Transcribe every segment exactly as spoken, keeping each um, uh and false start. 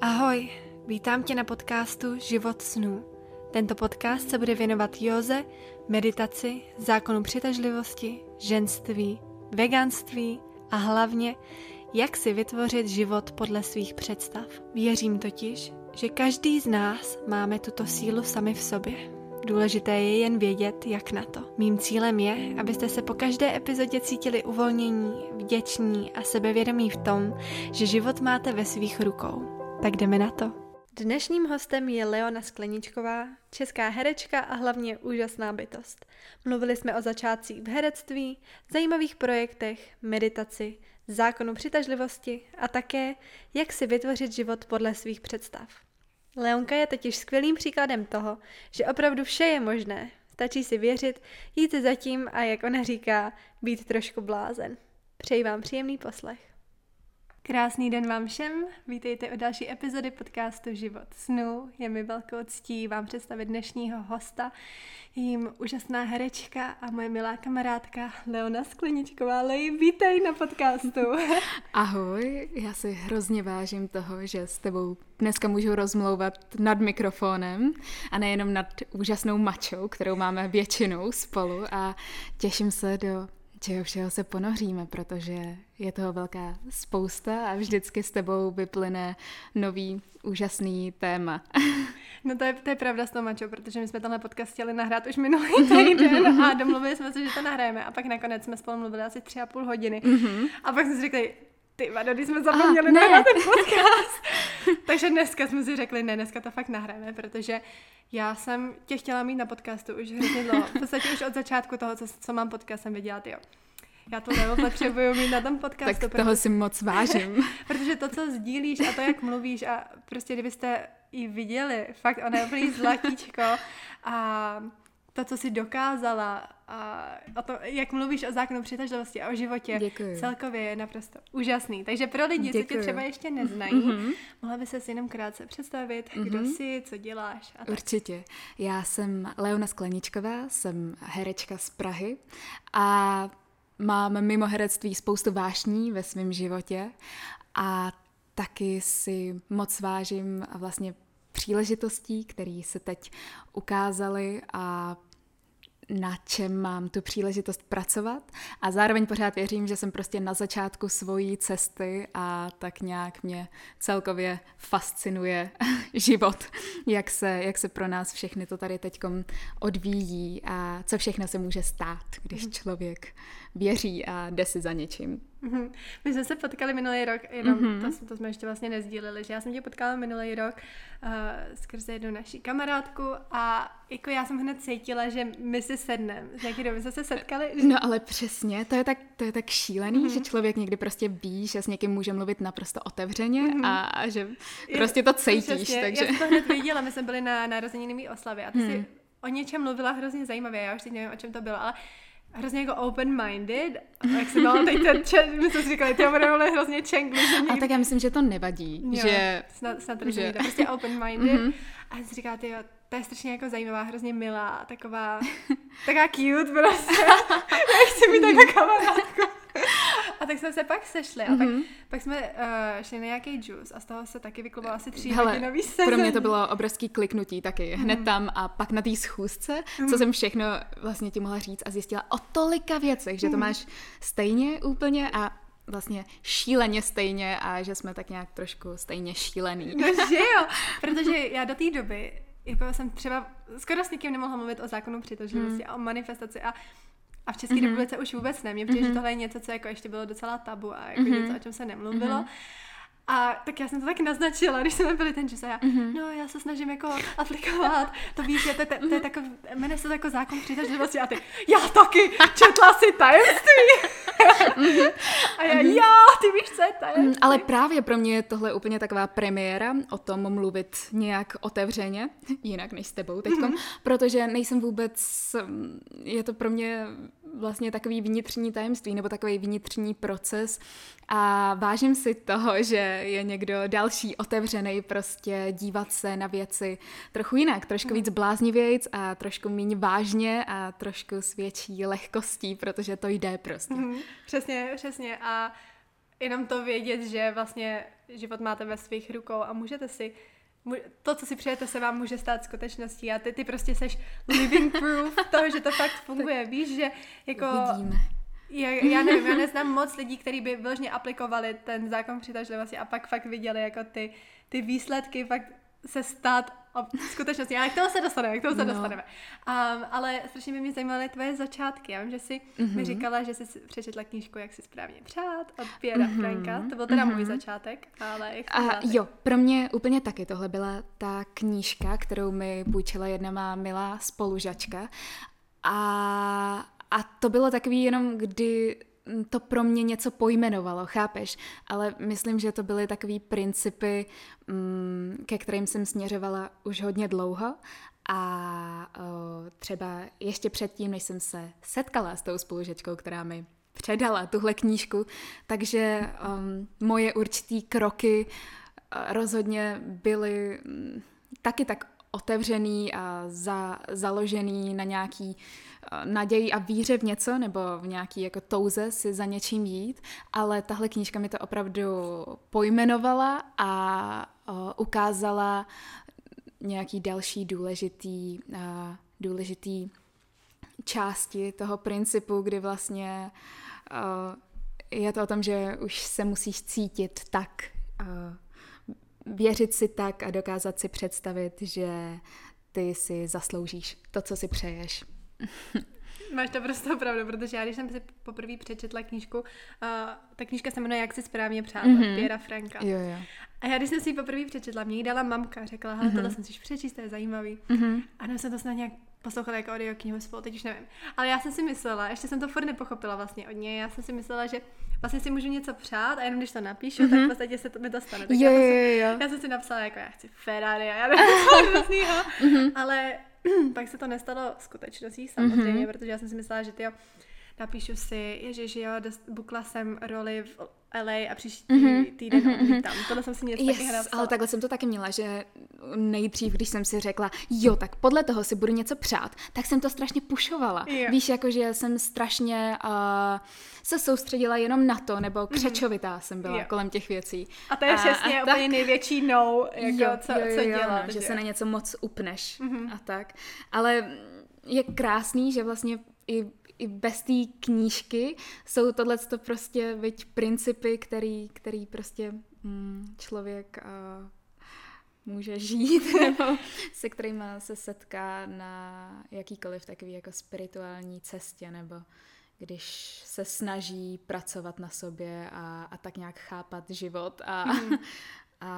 Ahoj, vítám tě na podcastu Život snů. Tento podcast se bude věnovat józe, meditaci, zákonu přitažlivosti, ženství, veganství a hlavně, jak si vytvořit život podle svých představ. Věřím totiž, že každý z nás máme tuto sílu sami v sobě. Důležité je jen vědět, jak na to. Mým cílem je, abyste se po každé epizodě cítili uvolnění, vděční a sebevědomí v tom, že život máte ve svých rukou. Tak jdeme na to. Dnešním hostem je Leona Skleničková, česká herečka a hlavně úžasná bytost. Mluvili jsme o začátcích v herectví, zajímavých projektech, meditaci, zákonu přitažlivosti a také, jak si vytvořit život podle svých představ. Leonka je totiž skvělým příkladem toho, že opravdu vše je možné. Stačí si věřit, jít si zatím a jak ona říká, být trošku blázen. Přeji vám příjemný poslech. Krásný den vám všem, vítejte u další epizody podcastu Život snů. Je mi velkou ctí vám představit dnešního hosta, je jim úžasná herečka a moje milá kamarádka Leona Skleničková. Lej, vítej na podcastu. Ahoj, já si hrozně vážím toho, že s tebou dneska můžu rozmlouvat nad mikrofonem a nejenom nad úžasnou mačou, kterou máme většinou spolu, a těším se do čeho všeho se ponoříme, protože je toho velká spousta a vždycky s tebou vyplyne nový úžasný téma. No to je, to je pravda s tou mačou, protože my jsme tenhle podcast chtěli nahrát už minulý týden a domluvili jsme se, že to nahrajeme a pak nakonec jsme spolu mluvili asi tři a půl hodiny mm-hmm. a pak jsme si řekli, ty vado, když jsme zapomněli ah, nahrát ten podcast. Takže dneska jsme si řekli, ne, dneska to fakt nahrajeme, protože já jsem tě chtěla mít na podcastu už hrozně dlouho. V podstatě už od začátku toho, co, co mám podcast, jsem věděla, jo. Já to nebo potřebuju mít na tom podcastu. Tak toho protože, si moc vážím. Protože to, co sdílíš a to, jak mluvíš a prostě kdybyste ji viděli, fakt ona je úplný zlatíčko a to, co jsi dokázala a, a to, jak mluvíš o zákonu přitažlivosti a o životě, děkuji. Celkově je naprosto úžasný. Takže pro lidi, děkuji. Co tě třeba ještě neznají, mm-hmm. mohla by ses jenom krátce představit, mm-hmm. kdo jsi, co děláš. A tak. Určitě. Já jsem Leona Skleničková, jsem herečka z Prahy a mám mimo herectví spoustu vášní ve svém životě a taky si moc vážím vlastně příležitostí, které se teď ukázaly a na čem mám tu příležitost pracovat, a zároveň pořád věřím, že jsem prostě na začátku svojí cesty a tak nějak mě celkově fascinuje život, jak se, jak se pro nás všechny to tady teďkom odvíjí a co všechno se může stát, když člověk věří a jde si za něčím. Mm-hmm. My jsme se potkali minulý rok, jenom mm-hmm. to, to jsme ještě vlastně nezdíleli, že já jsem tě potkala minulý rok uh, skrze jednu naší kamarádku a jako já jsem hned cítila, že my si sedneme. Z nějaké doby jsme se setkali. Že... No ale přesně, to je tak, to je tak šílený, mm-hmm. že člověk někdy prostě ví, že s někým může mluvit naprosto otevřeně mm-hmm. a, a že prostě to cítíš. Přesně, takže... já jsem to hned viděla, my jsme byli na narozeninové oslavě a ty mm. si o něčem mluvila hrozně zajímavě, já už teď nevím, o čem to bylo, ale hrozně jako open-minded, jak se dalo teď ten čen, my jsme si říkali, ty budeme hrozně čengli. Někdy... A tak já myslím, že to nevadí. Jo, že... snad, snad to že... prostě open-minded. Mm-hmm. A já si říkala, ty jo, to je strašně jako zajímavá, hrozně milá, taková, taková cute prostě. Já chci mít takovou kamarádku. A tak jsme se pak sešli a mm-hmm. pak, pak jsme uh, šli na nějaký juice a z toho se taky vyklubalo asi tří hodinový sezení. Pro mě to bylo obrovský kliknutí taky, hned mm. tam a pak na té schůzce, mm. co jsem všechno vlastně ti mohla říct a zjistila o tolika věcech, že to máš stejně úplně a vlastně šíleně stejně a že jsme tak nějak trošku stejně šílený. No že jo, protože já do té doby jako jsem třeba skoro s nikým nemohla mluvit o zákonu přitažlivosti mm. a o manifestaci a A v České mm-hmm. republice už vůbec ne. Mně přijde, mm-hmm. že tohle je něco, co jako ještě bylo docela tabu a jako mm-hmm. něco, o čem se nemluvilo. Mm-hmm. A tak já jsem to tak naznačila, když jsme byli ten čas a já, mm-hmm. no já se snažím jako aplikovat, to víš, že to, to, to je takový, jmenuje se to jako zákon přitažlivosti a ty, já taky, četla si tajemství. mm-hmm. A já, mm-hmm. já, ty víš, co je tajemství. Ale právě pro mě je tohle úplně taková premiéra o tom mluvit nějak otevřeně, jinak než s tebou teďkom, mm-hmm. protože nejsem vůbec, je to pro mě vlastně takový vnitřní tajemství nebo takový vnitřní proces a vážím si toho, že je někdo další otevřený prostě dívat se na věci trochu jinak, trošku víc bláznivějc a trošku míň vážně a trošku s větší lehkostí, protože to jde prostě. Mm, přesně, přesně a jenom to vědět, že vlastně život máte ve svých rukou a můžete si, to, co si přejete, se vám může stát skutečností a ty, ty prostě seš living proof toho, že to fakt funguje. Víš, že jako... Uvidíme. Já, já nevím, já neznám moc lidí, kteří by vyloženě aplikovali ten zákon přitažlivosti a pak fakt viděli jako ty, ty výsledky fakt se stát skutečností. Ale k tomu se dostaneme, k tomu se no. dostaneme. Um, ale strašně by mě zajímaly tvoje začátky. Já vím, že jsi mm-hmm. mi říkala, že jsi přečetla knížku Jak si správně přát od Pierra mm-hmm. Franka. To byl teda mm-hmm. můj začátek, ale jak a jo, pro mě úplně taky tohle byla ta knížka, kterou mi půjčila jedna má milá spolužačka. A A to bylo takový jenom, kdy to pro mě něco pojmenovalo, chápeš? Ale myslím, že to byly takový principy, ke kterým jsem směřovala už hodně dlouho a o, třeba ještě předtím, než jsem se setkala s tou spolužečkou, která mi předala tuhle knížku, takže um, moje určitý kroky rozhodně byly taky tak otevřený a za, založený na nějaký naději a víře v něco nebo v nějaký jako touze si za něčím jít, ale tahle knížka mi to opravdu pojmenovala a o, ukázala nějaký další důležitý, a, důležitý části toho principu, kdy vlastně o, je to o tom, že už se musíš cítit tak, o, věřit si tak a dokázat si představit, že ty si zasloužíš to, co si přeješ. Máš to prostě pravdu, protože já, když jsem si poprvé přečetla knížku, uh, ta knížka se jmenuje Jak si správně přát mm-hmm. od Pierra Franka. Jo, jo. A já, když jsem si ji poprvé přečetla, mě ji dala mamka, řekla, hele, mm-hmm. tohle jsem si přečíst, to je zajímavý. Mm-hmm. A nebo jsem to snad nějak poslouchala jako audioknihu spolu, teď už nevím. Ale já jsem si myslela, ještě jsem to furt nepochopila vlastně od něj, já jsem si myslela, že vlastně si můžu něco přát a jenom když to napíšu, mm-hmm. tak v podstatě se to mi dostane. Tak jo, já, jo, jsem, jo. já jsem si napsala, jako já chci Ferrari a já nevím, co různýho. Mm-hmm. Ale pak se to nestalo skutečností samozřejmě, mm-hmm. protože já jsem si myslela, že tyjo, napíšu si, ježiš, jo, dost, bukla jsem roli v L A a příští mm-hmm. týden mm-hmm. odlítám. Tohle jsem si něco yes, taky napsala. Ale takhle jsem to taky měla, že nejdřív, když jsem si řekla, jo, tak podle toho si budu něco přát, tak jsem to strašně pušovala. Jo. Víš, jakože jsem strašně uh, se soustředila jenom na to, nebo křečovitá jsem byla jo. kolem těch věcí. A to je přesně a, a úplně tak... největší no, jako jo, co, jo, jo, co jo, dělat. No, že se na něco moc upneš mm-hmm. a tak. Ale je krásný, že vlastně i i bez té knížky jsou tohleto prostě viď principy, který, který prostě mm, člověk uh, může žít, nebo se kterými se setká na jakýkoliv takový jako spirituální cestě, nebo když se snaží pracovat na sobě a, a tak nějak chápat život a, mm. a,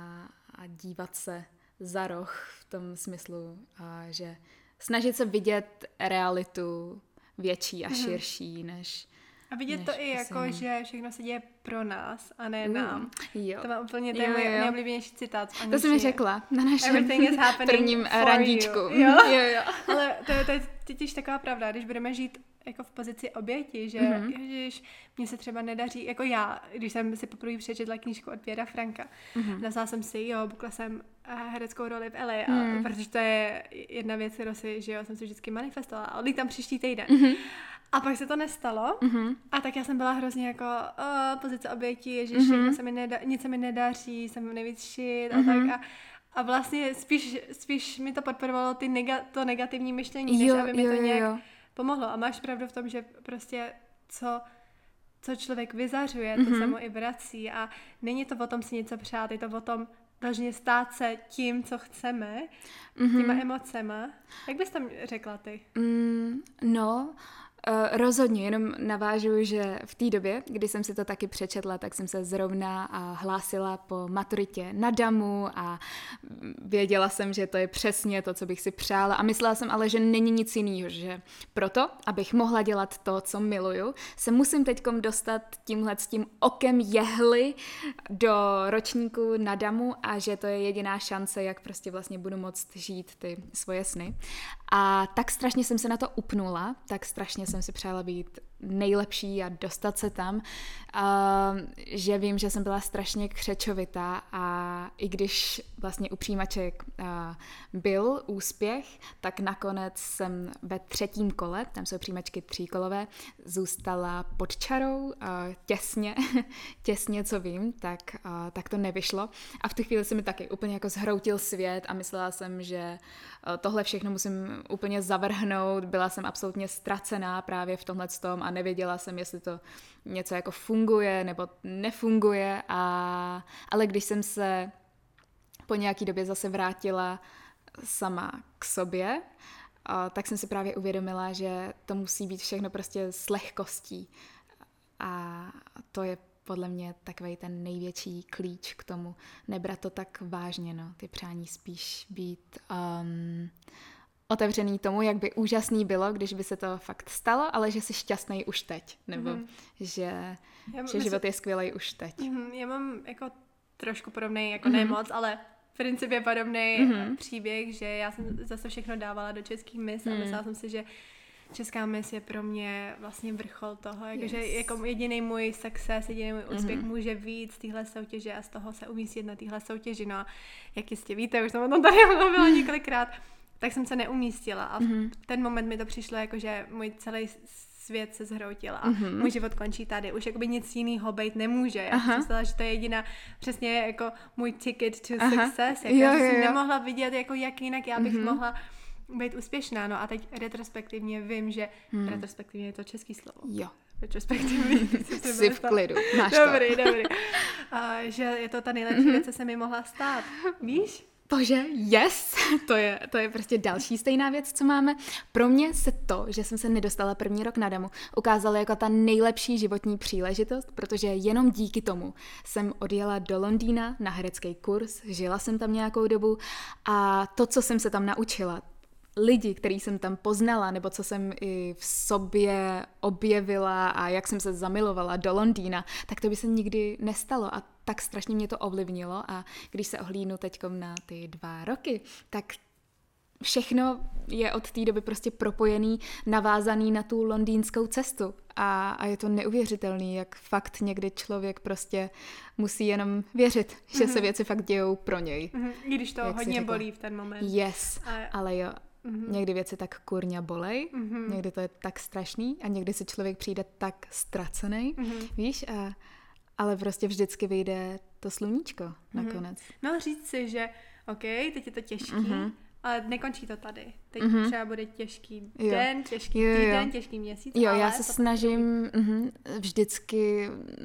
a dívat se za roh v tom smyslu, a že snažit se vidět realitu větší a širší, než... A vidět než to i jako, jenom... že všechno se děje pro nás a ne mm, nám. Jo. To má úplně ten můj nejoblíbenější citát. To jsi mi řekla na našem prvním for randíčku. Jo? jo, jo. Ale to, to je totiž taková pravda, když budeme žít jako v pozici oběti, že mm-hmm. ježiš, mně se třeba nedaří, jako já, když jsem si poprvé přečetla knížku od Pierra Franka, mm-hmm. napsala jsem si, jo, bukla jsem hereckou roli v L A, mm. a, protože to je jedna věc, kterou si, že jo, jsem si vždycky manifestovala a odlítám příští týden. Mm-hmm. A pak se to nestalo mm-hmm. a tak já jsem byla hrozně jako oh, pozice oběti, ježiš, mm-hmm. se mi neda, nic se mi nedaří, jsem nejvíc shit a mm-hmm. tak a A vlastně spíš, spíš mi to podporovalo ty nega, to negativní myšlení, než jo, aby mi jo, to nějak jo. pomohlo. A máš pravdu v tom, že prostě co, co člověk vyzařuje, to mm-hmm. se mu i vrací. A není to o tom si něco přát, je to o tom vlastně stát se tím, co chceme, mm-hmm. těma emocema. Jak bys tam řekla ty? Mm, no... Uh, rozhodně, jenom navážu, že v té době, kdy jsem si to taky přečetla, tak jsem se zrovna uh, hlásila po maturitě na damu a věděla jsem, že to je přesně to, co bych si přála a myslela jsem ale, že není nic jiného, že proto, abych mohla dělat to, co miluju, se musím teďkom dostat tímhle s tím okem jehly do ročníku na damu a že to je jediná šance, jak prostě vlastně budu moct žít ty svoje sny. A tak strašně jsem se na to upnula, tak strašně jsem si přála být nejlepší a dostat se tam, uh, že vím, že jsem byla strašně křečovitá a i když vlastně u přijímaček uh, byl úspěch, tak nakonec jsem ve třetím kole, tam jsou přijímačky tříkolové, zůstala pod čarou, uh, těsně, těsně co vím, tak, uh, tak to nevyšlo a v tu chvíli se mi taky úplně jako zhroutil svět a myslela jsem, že uh, tohle všechno musím úplně zavrhnout, byla jsem absolutně ztracená právě v tomhletom a nevěděla jsem, jestli to něco jako funguje nebo nefunguje, a, ale když jsem se po nějaký době zase vrátila sama k sobě, a, tak jsem si právě uvědomila, že to musí být všechno prostě s lehkostí a to je podle mě takovej ten největší klíč k tomu, nebrat to tak vážně, no, ty přání spíš být um, otevřený tomu, jak by úžasný bylo, když by se to fakt stalo, ale že jsi šťastný už teď, nebo mm-hmm. že, že myslím, život je skvělej už teď. Mm-hmm, já mám jako trošku podobný, jako mm-hmm. ne moc, ale v principě podobný mm-hmm. příběh, že já jsem zase všechno dávala do českých mis mm. a myslela jsem si, že česká mis je pro mě vlastně vrchol toho, jakože yes. jako jediný můj success, jediný můj úspěch mm-hmm. může víc z téhle soutěže a z toho se umístit na téhle soutěži. No a jak jistě víte, už jsem o tom tady mluvila několikrát, tak jsem se neumístila a v mm-hmm. ten moment mi to přišlo jako, že můj celý svět se zhroutil a mm-hmm. můj život končí tady. Už jakoby nic jiného být nemůže. Já jsem myslela, že to je jediná přesně jako můj ticket to Aha. success. Jak jo, já jsem jo, jo. nemohla vidět, jako jak jinak já bych mm-hmm. mohla být úspěšná. No a teď retrospektivně vím, že hmm. retrospektivně je to český slovo. Jo. Retrospektivně. Jsi v klidu. Máš dobrý, to. Dobrý, A, že je to ta nejlepší mm-hmm. věc, co se mi mohla stát. Víš? Bože, yes, to je, to je prostě další stejná věc, co máme. Pro mě se to, že jsem se nedostala první rok na demo, ukázalo jako ta nejlepší životní příležitost, protože jenom díky tomu jsem odjela do Londýna na herecký kurz, žila jsem tam nějakou dobu a to, co jsem se tam naučila, lidi, který jsem tam poznala, nebo co jsem i v sobě objevila a jak jsem se zamilovala do Londýna, tak to by se nikdy nestalo a tak strašně mě to ovlivnilo a když se ohlídnu teďkom na ty dva roky, tak všechno je od té doby prostě propojený, navázaný na tu londýnskou cestu a, a je to neuvěřitelný, jak fakt někdy člověk prostě musí jenom věřit, že mm-hmm. se věci fakt dějou pro něj. Mm-hmm. I když to hodně bolí v ten moment. Yes, a... ale jo. Mm-hmm. Někdy věci tak kurňa bolej, mm-hmm. někdy to je tak strašný a někdy si člověk přijde tak ztracený, mm-hmm. víš, a, ale prostě vždycky vyjde to sluníčko mm-hmm. nakonec. No říct si, že ok, teď je to těžký, mm-hmm. ale nekončí to tady. Teď mm-hmm. třeba bude těžký jo. den, těžký jo, jo. týden, těžký měsíc. Jo, ale já se snažím mm, vždycky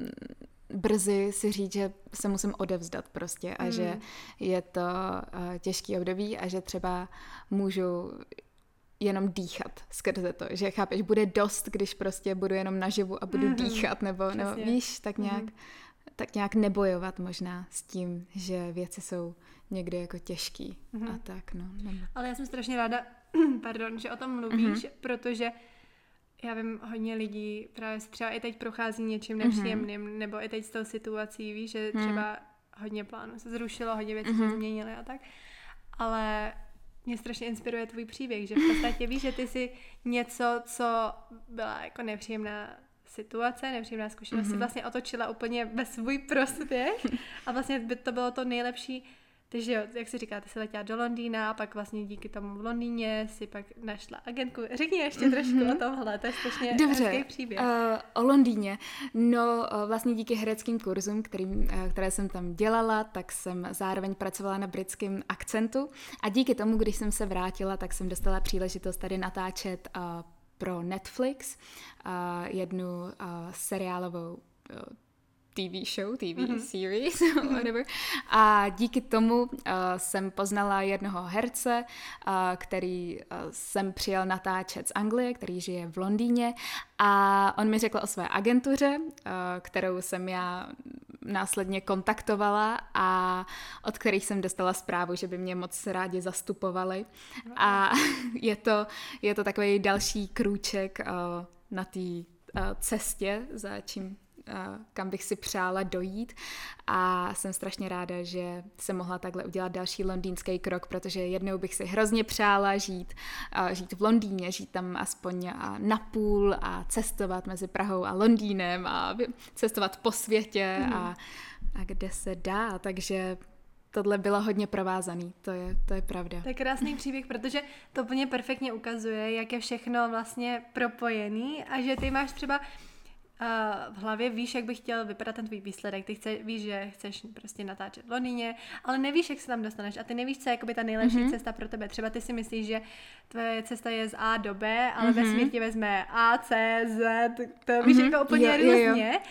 brzy si říct, že se musím odevzdat prostě a mm. že je to uh, těžký období a že třeba můžu jenom dýchat skrze to, že chápeš, bude dost, když prostě budu jenom naživu a budu mm-hmm. dýchat, nebo, nebo víš, tak nějak, mm-hmm. tak nějak nebojovat možná s tím, že věci jsou někdy jako těžký mm-hmm. a tak, no. Nebo... Ale já jsem strašně ráda, pardon, že o tom mluvíš, mm-hmm. protože já vím, hodně lidí právě třeba i teď prochází něčím nepříjemným, mm-hmm. nebo i teď s tou situací, víš, že třeba mm. hodně plánů se zrušilo, hodně věcí mm-hmm. se změnily a tak, ale mě strašně inspiruje tvůj příběh, že v podstatě víš, že ty jsi něco, co byla jako nepříjemná situace, nepříjemná zkušenost, mm-hmm. si vlastně otočila úplně ve svůj prospěch a vlastně by to bylo to nejlepší. Takže jo, jak jsi říká, ty jsi letěla do Londýna a pak vlastně díky tomu v Londýně si pak našla agentku. Řekni ještě trošku mm-hmm. o tomhle, to je strašně hezký příběh. Uh, o Londýně. No uh, vlastně díky hereckým kurzům, který, uh, které jsem tam dělala, tak jsem zároveň pracovala na britském akcentu a díky tomu, když jsem se vrátila, tak jsem dostala příležitost tady natáčet uh, pro Netflix uh, jednu uh, seriálovou uh, T V show, T V mm-hmm. series, whatever. A díky tomu uh, jsem poznala jednoho herce, uh, který uh, jsem přijel natáčet z Anglie, který žije v Londýně a on mi řekl o své agentuře, uh, kterou jsem já následně kontaktovala a od kterých jsem dostala zprávu, že by mě moc rádi zastupovali. No. A je to, je to takový další krůček uh, na té uh, cestě, za čím kam bych si přála dojít a jsem strašně ráda, že jsem mohla takhle udělat další londýnský krok, protože jednou bych si hrozně přála žít, žít v Londýně, žít tam aspoň na půl a cestovat mezi Prahou a Londýnem a cestovat po světě mm. a, a kde se dá, takže tohle bylo hodně provázaný, to je, to je pravda. To je krásný příběh, protože to úplně perfektně ukazuje, jak je všechno vlastně propojený a že ty máš třeba uh, v hlavě, víš, jak by chtěl vypadat ten tvůj výsledek, ty chce, víš, že chceš prostě natáčet v Londýně, ale nevíš, jak se tam dostaneš a ty nevíš, co je jakoby ta nejlepší mm-hmm. cesta pro tebe. Třeba ty si myslíš, že tvoje cesta je z A do B, ale mm-hmm. vesmír ti vezme A, C, Z, to víš, mm-hmm. jako úplně jo, různě. Jo, jo.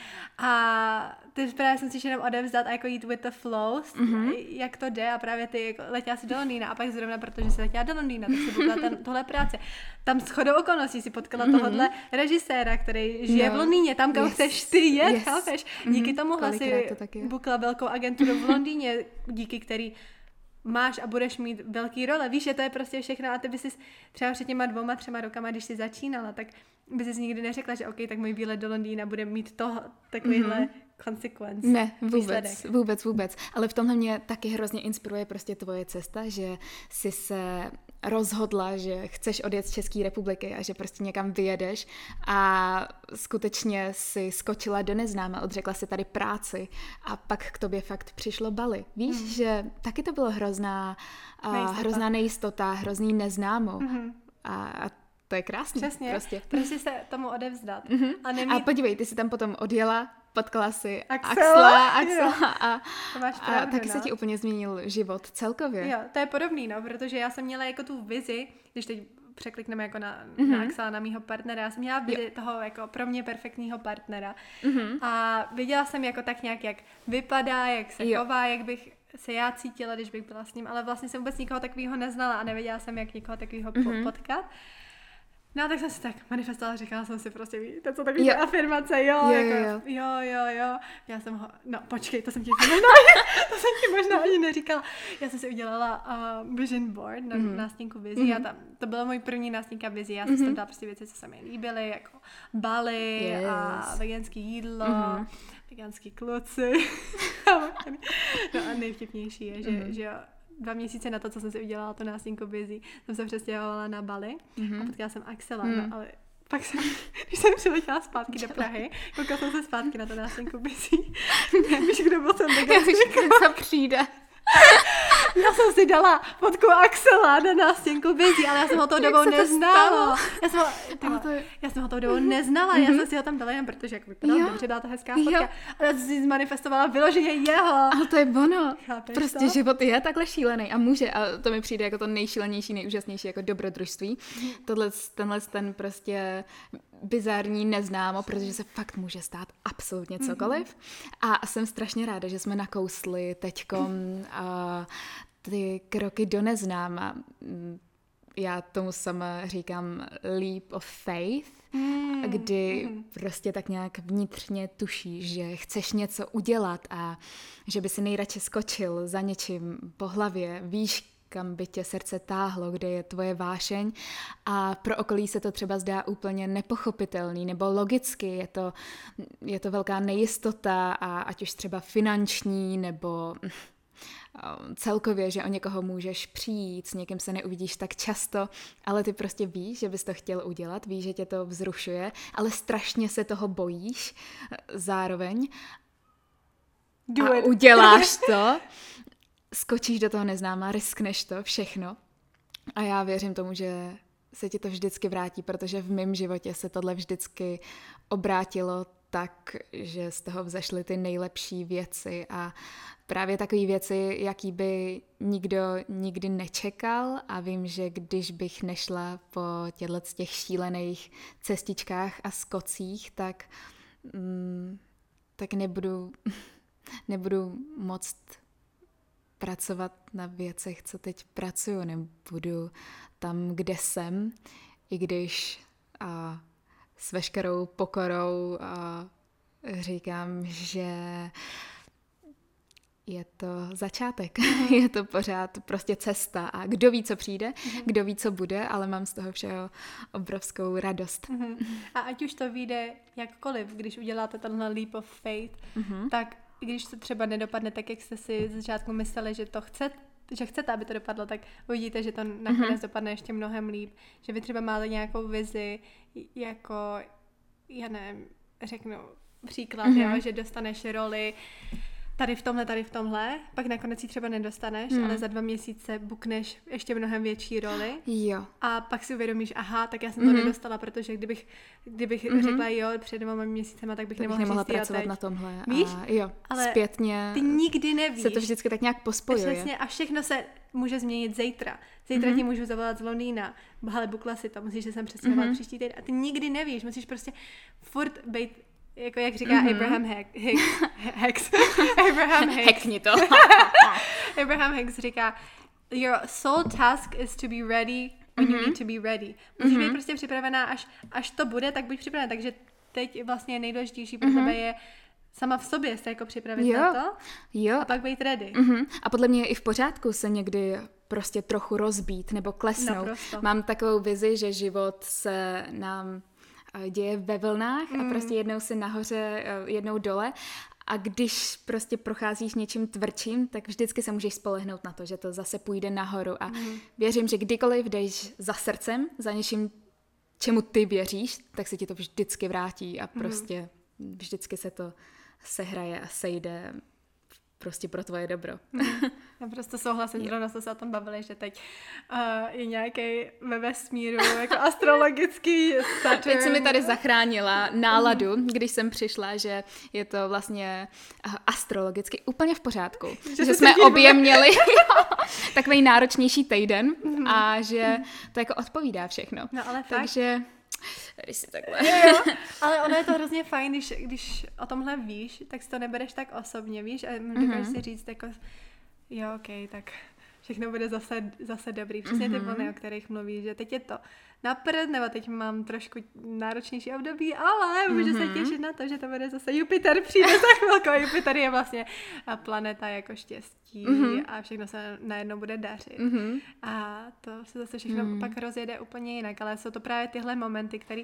A ty právě jsem si jenom odevzdat a jako jít with the flow, mm-hmm. jak to jde a právě ty jako letěla si do Londýna a pak zrovna, protože jsi letěla do Londýna, tak si potkala ten, tohle práce. Tam shodou okolností si potkala mm-hmm. tohohle režiséra, který žije no. v Londýně, tam, kam yes. chceš ty jet, yes. chápeš? Díky mm-hmm. tomuhle si bukla velkou agenturu v Londýně, díky který máš a budeš mít velký role. Víš, že to je prostě všechno a ty bys si třeba před těma dvouma, třema rokama, když jsi začínala, tak bys si nikdy neřekla, že OK, tak můj výlet do Londýna bude mít to, takovýhle mm-hmm. consequence. Ne, vůbec, výsledek. vůbec, vůbec. Ale v tomhle mě taky hrozně inspiruje prostě tvoje cesta, že jsi se rozhodla, že chceš odjet z České republiky a že prostě někam vyjedeš a skutečně si skočila do neznáma, odřekla si tady práci a pak k tobě fakt přišlo Bali. Víš, mm. že taky to bylo hrozná, nejistota. Uh, hrozná nejistota, hrozný neznámo. Mm-hmm. A, a to je krásný. Přesně, prostě, prostě se tomu odevzdat. Mm-hmm. A, nemít... a podívej, ty jsi tam potom odjela, potkala si Axela, Axela, Axela a, pravdu, a taky no. se ti úplně změnil život celkově. Jo, to je podobný, no, protože já jsem měla jako tu vizi, když teď překlikneme jako na, mm-hmm. na Axela, na mýho partnera, já jsem měla vizi jo. toho jako pro mě perfektního partnera mm-hmm. a viděla jsem jako tak nějak, jak vypadá, jak se jo. chová, jak bych se já cítila, když bych byla s ním, ale vlastně jsem vůbec nikoho takového neznala a nevěděla jsem, jak někoho takového mm-hmm. potkat. No a tak jsem si tak manifestovala, říkala jsem si prostě, víte, co takové afirmace, jo, jo, jako, jo, jo, jo, jo, já jsem ho, no počkej, to jsem ti možná, to jsem ti možná ani neříkala, já jsem si udělala uh, vision board na mm. nástěnku vizí mm. a tam, to byla můj první nástěnka vizí, já jsem mm. tam dala prostě věci, co se mi líbily, jako Bali yes. a veganský jídlo, mm. veganský kluci, no a nejvtipnější je, že, mm. že jo, dva měsíce na to, co jsem si udělala to nástěnko vizí, jsem se přestěhovala na Bali mm-hmm. a potkala jsem Axela, mm. no ale pak jsem, když jsem přiletěla zpátky do Prahy, koukala jsem se zpátky na to nástěnko vizí, víš, kdo byl ten veganský co přijde. Já jsem si dala fotku Axela na nástěnku vizí, ale já jsem ho tou dobou neznala. Já jsem ho, tyma, to... já jsem ho tou dobou neznala, mm-hmm. já jsem si ho tam dala jen protože jako vypadala dobře, byla to hezká fotka. Jo. A já jsem si zmanifestovala vyloženě jeho. Ale to je ono. Chápeš prostě to? Život je takhle šílený a může, a to mi přijde jako to nejšílenější, nejúžasnější jako dobrodružství. Mm. Tohle, tenhle ten prostě bizarní neznámo, protože se fakt může stát absolutně cokoliv. Mm-hmm. A jsem strašně ráda, že jsme nakousli teďkom uh, ty kroky do neznáma. Já tomu sama říkám leap of faith, mm. kdy mm. prostě tak nějak vnitřně tušíš, že chceš něco udělat a že by si nejradši skočil za něčím po hlavě, víš, kam by tě srdce táhlo, kde je tvoje vášeň a pro okolí se to třeba zdá úplně nepochopitelný nebo logicky, je to, je to velká nejistota a ať už třeba finanční nebo celkově, že o někoho můžeš přijít, s někým se neuvidíš tak často, ale ty prostě víš, že bys to chtěl udělat, víš, že tě to vzrušuje, ale strašně se toho bojíš zároveň Do a it. uděláš to, skočíš do toho neznáma, riskneš to všechno a já věřím tomu, že se ti to vždycky vrátí, protože v mém životě se tohle vždycky obrátilo tak, že z toho vzešly ty nejlepší věci a právě takové věci, jaký by nikdo nikdy nečekal a vím, že když bych nešla po těchto těch šílených cestičkách a skocích, tak, mm, tak nebudu, nebudu moct pracovat na věcech, co teď pracuju, nebudu tam, kde jsem, i když a, s veškerou pokorou a, říkám, že je to začátek, mm-hmm. je to pořád prostě cesta a kdo ví, co přijde, mm-hmm. kdo ví, co bude, ale mám z toho všeho obrovskou radost. Mm-hmm. A ať už to vyjde jakkoliv, když uděláte tenhle leap of faith, mm-hmm. tak když to třeba nedopadne tak, jak jste si z začátku mysleli, že to chcete, že chcete, aby to dopadlo, tak uvidíte, že to nakonec mm-hmm. dopadne ještě mnohem líp. Že vy třeba máte nějakou vizi, jako, já nevím, řeknu příklad, mm-hmm. jo, že dostaneš roli tady v tomhle, tady v tomhle, pak nakonec ji třeba nedostaneš, mm. ale za dva měsíce bukneš ještě mnohem větší roli. Jo. A pak si uvědomíš, aha, tak já jsem to mm-hmm. nedostala, protože kdybych, kdybych mm-hmm. řekla jo před dvěma měsícema, tak bych, tak nemohla, nemohla říct, pracovat teď. Na tomhle. Víš? A jo, ale zpětně ty nikdy nevíš. Se to vždycky tak nějak pospojuje. Přesně, a všechno se může změnit zítra. Zítra mm-hmm. ti můžu zavolat z Londýna. Hele, bukla si to, musíš se sem přestěhovat mm-hmm. příští týden. A ty nikdy nevíš, musíš prostě furt být, jako jak říká mm-hmm. Abraham Hicks. Hicks. Abraham Hicks. Hackni to. Abraham Hicks říká, your sole task is to be ready when mm-hmm. you need to be ready. Musíš mm-hmm. být prostě připravená, až, až to bude, tak buď připravená. Takže teď vlastně nejdůležitější pro mm-hmm. tebe je sama v sobě se jako připravit jo. na to jo. a pak být ready. Mm-hmm. A podle mě je i v pořádku se někdy prostě trochu rozbít nebo klesnout. Naprosto. Mám takovou vizi, že život se nám děje ve vlnách mm. a prostě jednou si nahoře, jednou dole a když prostě procházíš něčím tvrdším, tak vždycky se můžeš spolehnout na to, že to zase půjde nahoru a mm. věřím, že kdykoliv jdeš za srdcem, za něčím, čemu ty věříš, tak se ti to vždycky vrátí a prostě mm. vždycky se to sehraje a sejde prostě pro tvoje dobro. Já prostě souhlasím, zrovna jsme se o tom bavili, že teď uh, je nějaký ve vesmíru jako astrologický Saturn. Teď jsi mi tady zachránila náladu, když jsem přišla, že je to vlastně uh, astrologicky úplně v pořádku. Že, že jsme obě měli takový náročnější týden a že to jako odpovídá všechno. No ale fakt. Takže když si takhle. Jo, ale ono je to hrozně fajn, když, když o tomhle víš, tak si to nebereš tak osobně, víš, a dokážeš mm-hmm. si říct jako, jo, ok, tak všechno bude zase, zase dobrý. Přesně ty vlny, o kterých mluvíš, že teď je to na prd, nebo teď mám trošku náročnější období, ale můžu mm-hmm. se těšit na to, že to bude zase Jupiter přijde za chvilku. Jupiter je vlastně planeta jako štěstí mm-hmm. a všechno se najednou bude dařit. Mm-hmm. A to se zase všechno mm. pak rozjede úplně jinak, ale jsou to právě tyhle momenty, které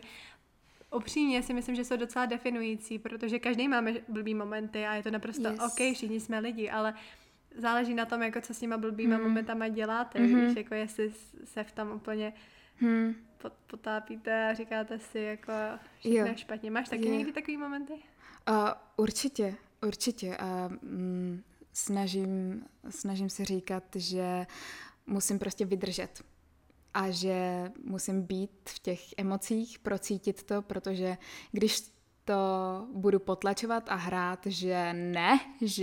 upřímně si myslím, že jsou docela definující, protože každý máme blbý momenty a je to naprosto yes. ok, všichni jsme lidi, ale záleží na tom, jako co s těma blbýma mm. momentama děláte, mm-hmm. když jako jestli se v tom úplně hmm. potápíte a říkáte si jako všechno je špatně. Máš taky je. někdy takový momenty? Uh, určitě, určitě. A mm, snažím, snažím se říkat, že musím prostě vydržet a že musím být v těch emocích, procítit to, protože když to budu potlačovat a hrát, že ne,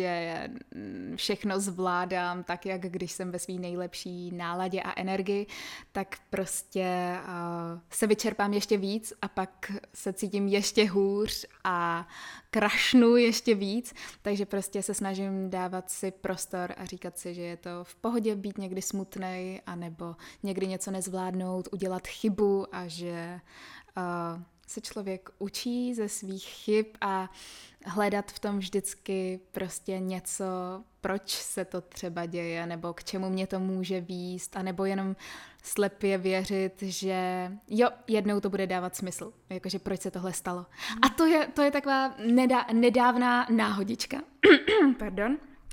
že všechno zvládám tak, jak když jsem ve své nejlepší náladě a energii, tak prostě uh, se vyčerpám ještě víc a pak se cítím ještě hůř a krašnu ještě víc, takže prostě se snažím dávat si prostor a říkat si, že je to v pohodě být někdy smutnej, anebo někdy něco nezvládnout, udělat chybu a že uh, se člověk učí ze svých chyb a hledat v tom vždycky prostě něco, proč se to třeba děje, nebo k čemu mě to může vést, anebo jenom slepě věřit, že jo, jednou to bude dávat smysl, jakože proč se tohle stalo. A to je, to je taková nedá, nedávná náhodička. Pardon.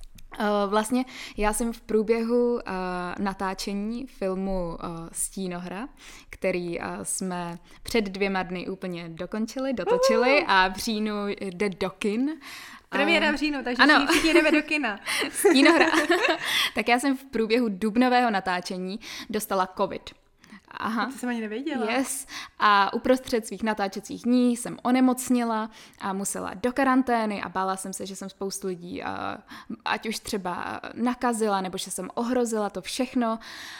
Uh, vlastně já jsem v průběhu uh, natáčení filmu uh, Stínohra, který uh, jsme před dvěma dny úplně dokončili, dotočili uh-huh. a v říjnu jde do kin. Premiéra v říjnu, takže ano. všichni jdeme do kina. Stínohra. Tak já jsem v průběhu dubnového natáčení dostala covid. Aha. To jsem ani nevěděla. Yes. A uprostřed svých natáčecích dní jsem onemocnila a musela do karantény a bála jsem se, že jsem spoustu lidí a, ať už třeba nakazila, nebo že jsem ohrozila to všechno.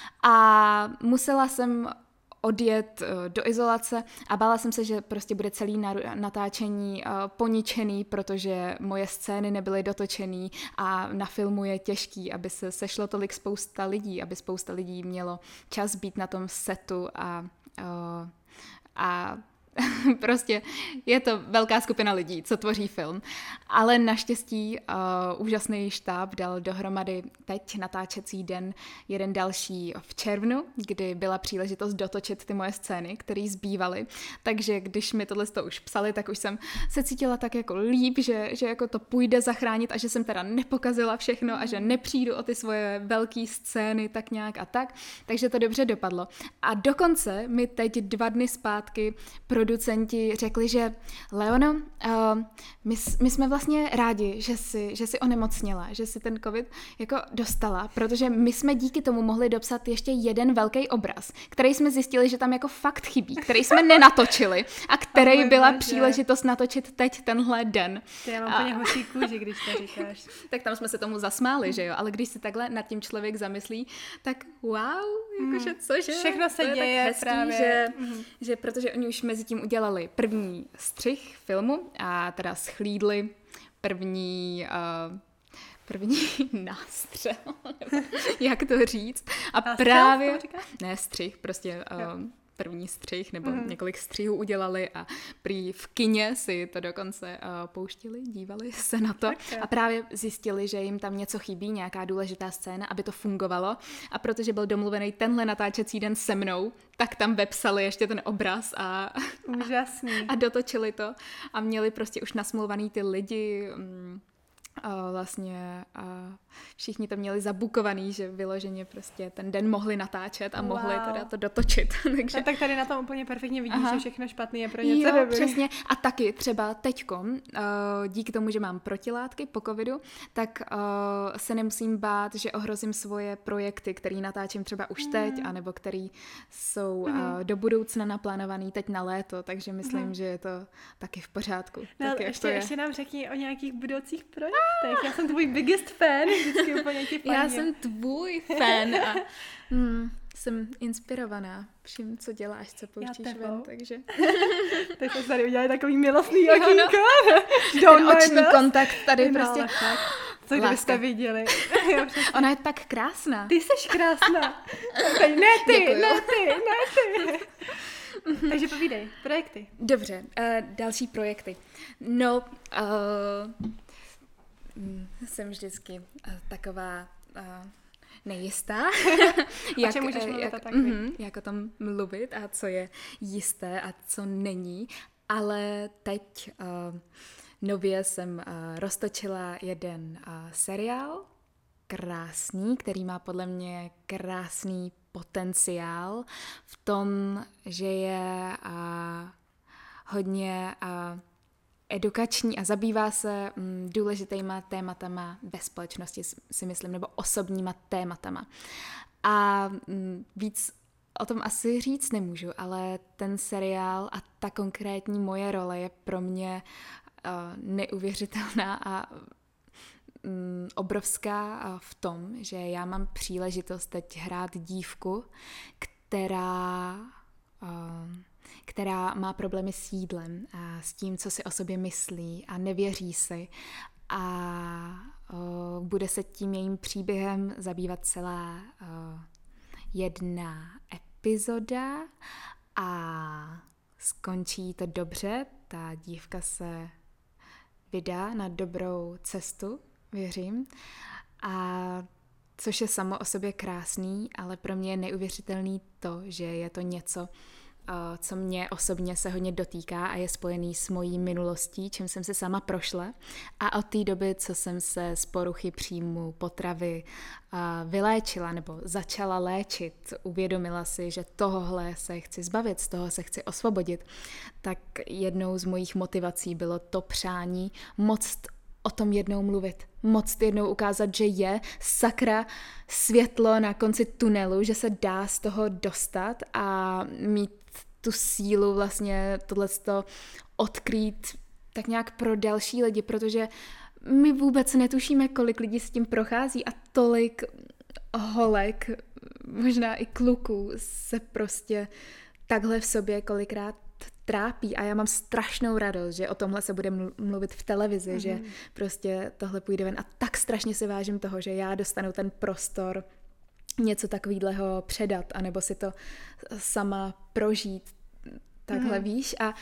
A musela jsem odjet do izolace a bála jsem se, že prostě bude celý natáčení poničený, protože moje scény nebyly dotočený a na filmu je těžký, aby se sešlo tolik spousta lidí, aby spousta lidí mělo čas být na tom setu a, a prostě je to velká skupina lidí, co tvoří film. Ale naštěstí uh, úžasný štáb dal dohromady teď natáčecí den jeden další v červnu, kdy byla příležitost dotočit ty moje scény, které zbývaly. Takže když mi tohle to už psali, tak už jsem se cítila tak jako líp, že, že jako to půjde zachránit a že jsem teda nepokazila všechno a že nepřijdu o ty svoje velké scény tak nějak a tak. Takže to dobře dopadlo. A dokonce mi teď dva dny zpátky producenti řekli, že Leono, uh, my, my jsme vlastně rádi, že jsi, že jsi onemocněla, že jsi ten covid jako dostala, protože my jsme díky tomu mohli dopsat ještě jeden velký obraz, který jsme zjistili, že tam jako fakt chybí, který jsme nenatočili a který oh byla bože. Příležitost natočit teď tenhle den. Ty já mám a... úplně hoří kůži, když to říkáš. Tak tam jsme se tomu zasmáli, že jo, ale když si takhle nad tím člověk zamyslí, tak wow, jakože mm. cože? Všechno se děje hezký, právě. Že, mm. že protože oni už mezi tím udělali první střih filmu a teda schlídli první... Uh, první nástřel, jak to říct. A nástřel, právě... Ne, střih, prostě... Uh, první střih, nebo mm. několik střihů udělali a prý v kině si to dokonce uh, pouštili, dívali se na to okay. a právě zjistili, že jim tam něco chybí, nějaká důležitá scéna, aby to fungovalo a protože byl domluvený tenhle natáčecí den se mnou, tak tam vepsali ještě ten obraz a, úžasný. a dotočili to a měli prostě už nasmluvaný ty lidi, um, A vlastně a všichni to měli zabukovaný, že vyloženě prostě ten den mohli natáčet a wow. mohli teda to dotočit. Takže... No, tak tady na tom úplně perfektně vidíš, Aha. že všechno špatný je pro něco jo, dobrý. Přesně. A taky třeba teďkom, uh, díky tomu, že mám protilátky po covidu, tak uh, se nemusím bát, že ohrozím svoje projekty, které natáčím třeba už mm. teď, anebo který jsou mm. uh, do budoucna naplánovaný teď na léto, takže myslím, mm. že je to taky v pořádku. No, tak, ještě, je. ještě nám řekni o nějakých budoucích projektech. Já jsem tvůj biggest fan, vždycky úplně ti fajně. Já jsem tvůj fan a hmm, jsem inspirovaná vším, co děláš, co pouštíš ven, takže... tak jsme tady udělali takový milostný okýnko. Ten oční kontakt tady no, prostě... Co kdybyste viděli. Ona je tak krásná. Ty jsi krásná. Ne ty, Děkuju. ne ty, ne ty. Takže povídej, projekty. Dobře, uh, další projekty. No... Uh, jsem vždycky uh, taková uh, nejistá. jak, o čem můžeš mluvit jak, a takový? Mm, jak o tom mluvit a co je jisté a co není. Ale teď uh, nově jsem uh, roztočila jeden uh, seriál, krásný, který má podle mě krásný potenciál v tom, že je uh, hodně... Uh, edukační a zabývá se mm, důležitýma tématama ve společnosti, si myslím, nebo osobníma tématama. A mm, víc o tom asi říct nemůžu, ale ten seriál a ta konkrétní moje role je pro mě uh, neuvěřitelná a mm, obrovská uh, v tom, že já mám příležitost teď hrát dívku, která... Uh, která má problémy s jídlem a s tím, co si o sobě myslí a nevěří si a o, bude se tím jejím příběhem zabývat celá o, jedna epizoda a skončí to dobře, ta dívka se vydá na dobrou cestu, věřím, a což je samo o sobě krásný, ale pro mě je neuvěřitelný to, že je to něco, co mě osobně se hodně dotýká a je spojený s mojí minulostí, čím jsem se sama prošla. A od té doby, co jsem se z poruchy příjmu potravy vyléčila nebo začala léčit, uvědomila si, že tohohle se chci zbavit, z toho se chci osvobodit, tak jednou z mojich motivací bylo to přání moc o tom jednou mluvit, moc jednou ukázat, že je sakra světlo na konci tunelu, že se dá z toho dostat a mít tu sílu vlastně tohleto odkrýt tak nějak pro další lidi, protože my vůbec netušíme, kolik lidí s tím prochází a tolik holek, možná i kluků se prostě takhle v sobě kolikrát trápí a já mám strašnou radost, že o tomhle se bude mluvit v televizi, mm-hmm. že prostě tohle půjde ven a tak strašně si vážím toho, že já dostanu ten prostor něco takového předat, anebo si to sama prožít. takhle, mm. víš, a,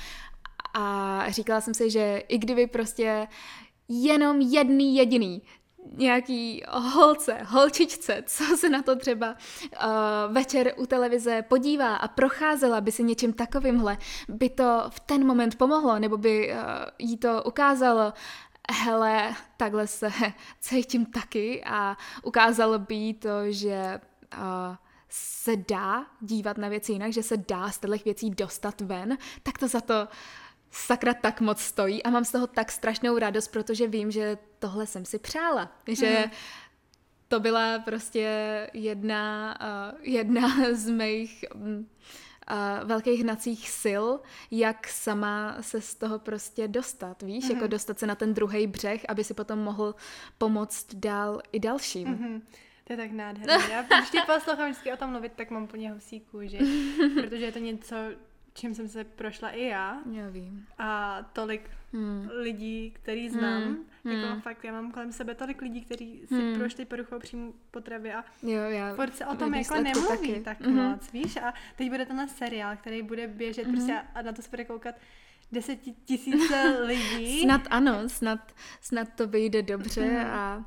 a říkala jsem si, že i kdyby prostě jenom jedný jediný nějaký holce, holčičce, co se na to třeba uh, večer u televize podívá a procházela by si něčím takovýmhle, by to v ten moment pomohlo, nebo by uh, jí to ukázalo, hele, takhle se cítím taky, a ukázalo by jí to, že uh, se dá dívat na věci jinak, že se dá z těchto věcí dostat ven, tak to za to sakra tak moc stojí a mám z toho tak strašnou radost, protože vím, že tohle jsem si přála, že mm. to byla prostě jedna, uh, jedna z mých um, uh, velkých hnacích sil, jak sama se z toho prostě dostat, víš, mm. jako dostat se na ten druhý břeh, aby si potom mohl pomoct dál i dalším. Mm-hmm. To je tak nádherné. Já když tě poslouchám vždycky o tom mluvit, tak mám plně husí kůži, protože je to něco, čím jsem se prošla i já. Já vím. A tolik hmm. lidí, který znám. Hmm. Jako fakt, já mám kolem sebe tolik lidí, kteří si hmm. prošli poruchou příjmu potravy a jo, já furt se o tom jako nemluví taky. tak mm-hmm. moc, víš? A teď bude tenhle seriál, který bude běžet mm-hmm. prostě a na to se bude koukat desetitisíce lidí. Snad ano, snad, snad to vyjde dobře mm. a,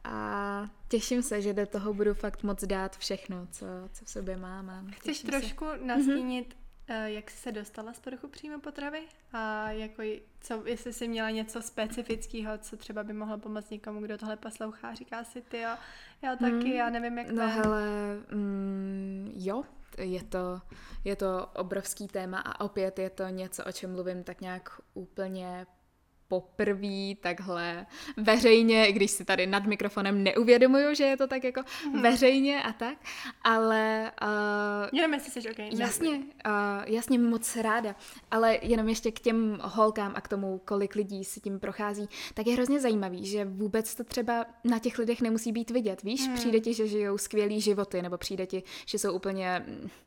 a těším se, že do toho budu fakt moc dát všechno, co, co v sobě mám. A chceš trošku se. nastínit, mm-hmm. jak jsi se dostala z poruchu příjmu potravy a jako, co, jestli jsi měla něco specifického, co třeba by mohlo pomoct někomu, kdo tohle poslouchá, říká si ty jo, já taky, mm, já nevím, jak to no je. hele, mm, jo, je to, je to obrovský téma a opět je to něco, o čem mluvím tak nějak úplně poprvé takhle veřejně, i když si tady nad mikrofonem neuvědomuju, že je to tak jako mm. veřejně a tak, ale uh, jenom jestli jsi okay. Jasně, uh, jasně moc ráda, ale jenom ještě k těm holkám a k tomu, kolik lidí si tím prochází, tak je hrozně zajímavý, že vůbec to třeba na těch lidech nemusí být vidět, víš, mm. přijde ti, že žijou skvělý životy, nebo přijde ti, že jsou úplně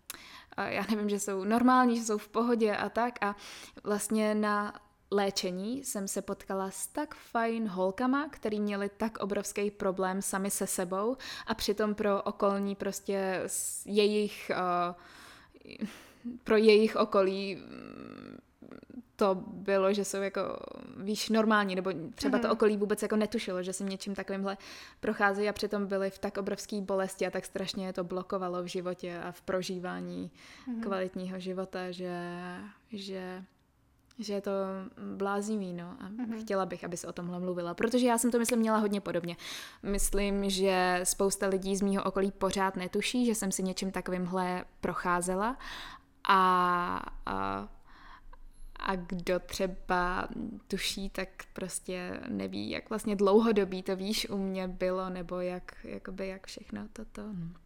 já nevím, že jsou normální, že jsou v pohodě a tak, a vlastně na léčení jsem se potkala s tak fajn holkama, který měli tak obrovský problém sami se sebou a přitom pro okolní prostě jejich, uh, pro jejich okolí to bylo, že jsou jako, víš, normální, nebo třeba mm-hmm. to okolí vůbec jako netušilo, že si něčím takovýmhle procházejí a přitom byli v tak obrovský bolesti a tak strašně to blokovalo v životě a v prožívání mm-hmm. kvalitního života, že, že že je to bláznivý, no, a mm-hmm. chtěla bych, aby se o tomhle mluvila, protože já jsem to, myslím, měla hodně podobně. Myslím, že spousta lidí z mýho okolí pořád netuší, že jsem si něčím takovýmhle procházela a, a, a kdo třeba tuší, tak prostě neví, jak vlastně dlouhodobý to, víš, u mě bylo, nebo jak, jakoby, jak všechno toto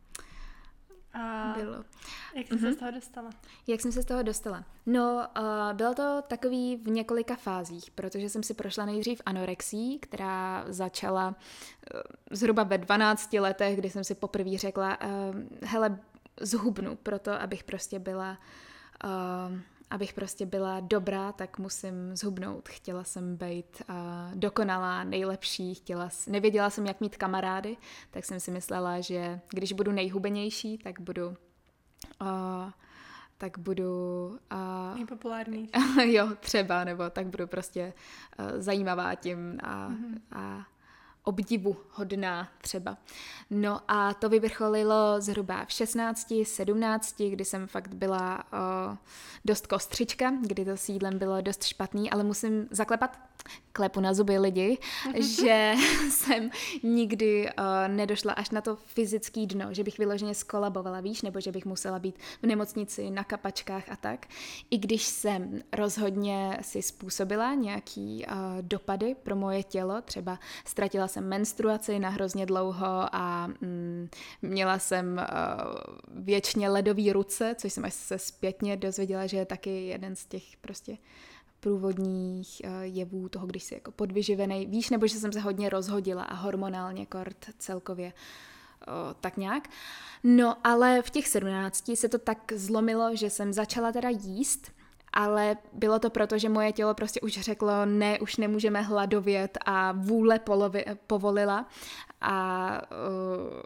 a bylo. Jak jsi mm-hmm. se z toho dostala? Jak jsem se z toho dostala? No, uh, bylo to takový v několika fázích, protože jsem si prošla nejdřív anorexii, která začala uh, zhruba ve dvanácti letech, kdy jsem si poprvé řekla, uh, hele, zhubnu proto, abych prostě byla uh, abych prostě byla dobrá, tak musím zhubnout. Chtěla jsem být uh, dokonalá, nejlepší, chtěla, nevěděla jsem, jak mít kamarády, tak jsem si myslela, že když budu nejhubenější, tak budu uh, tak budu uh, nejpopulárnější. jo, třeba, nebo tak budu prostě uh, zajímavá tím a, mm-hmm. a obdivu hodná třeba. No a to vyvrcholilo zhruba v šestnácti, sedmnácti, kdy jsem fakt byla o, dost kostřička, kdy to s jídlem bylo dost špatný, ale musím zaklepat, klepu na zuby lidi, že jsem nikdy o, nedošla až na to fyzický dno, že bych vyloženě skolabovala, víš, nebo že bych musela být v nemocnici na kapačkách a tak. I když jsem rozhodně si způsobila nějaký o, dopady pro moje tělo, třeba ztratila jsem menstruaci na hrozně dlouho a mm, měla jsem uh, věčně ledový ruce, což jsem až se zpětně dozvěděla, že je taky jeden z těch prostě průvodních uh, jevů toho, když jsi jako podvyživenej, víš, nebo že jsem se hodně rozhodila a hormonálně kort celkově uh, tak nějak. No ale v těch sedmnácti se to tak zlomilo, že jsem začala teda jíst, ale bylo to proto, že moje tělo prostě už řeklo, ne, už nemůžeme hladovět a vůle polovi, povolila a uh,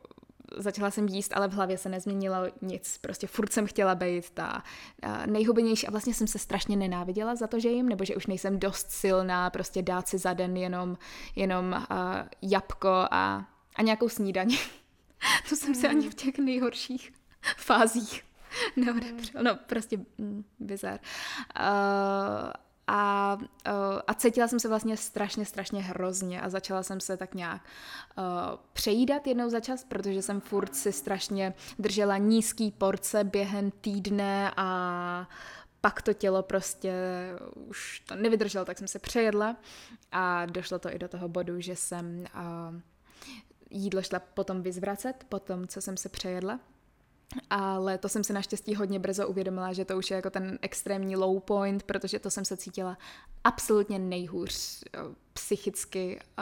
začala jsem jíst, ale v hlavě se nezměnilo nic. Prostě furt jsem chtěla být ta uh, nejhubenější a vlastně jsem se strašně nenáviděla za to, že jim, nebo že už nejsem dost silná prostě dát si za den jenom, jenom uh, jabko a, a nějakou snídaní. To jsem si ani v těch nejhorších fázích neodepřela. No, prostě mm, bizar. Uh, A, a cítila jsem se vlastně strašně, strašně hrozně a začala jsem se tak nějak uh, přejídat jednou za čas, protože jsem furt si strašně držela nízký porce během týdne a pak to tělo prostě už to nevydrželo, tak jsem se přejedla a došlo to i do toho bodu, že jsem uh, jídlo šla potom vyzvracet, potom, co jsem se přejedla. Ale to jsem si naštěstí hodně brzo uvědomila, že to už je jako ten extrémní low point, protože to jsem se cítila absolutně nejhůř psychicky, uh,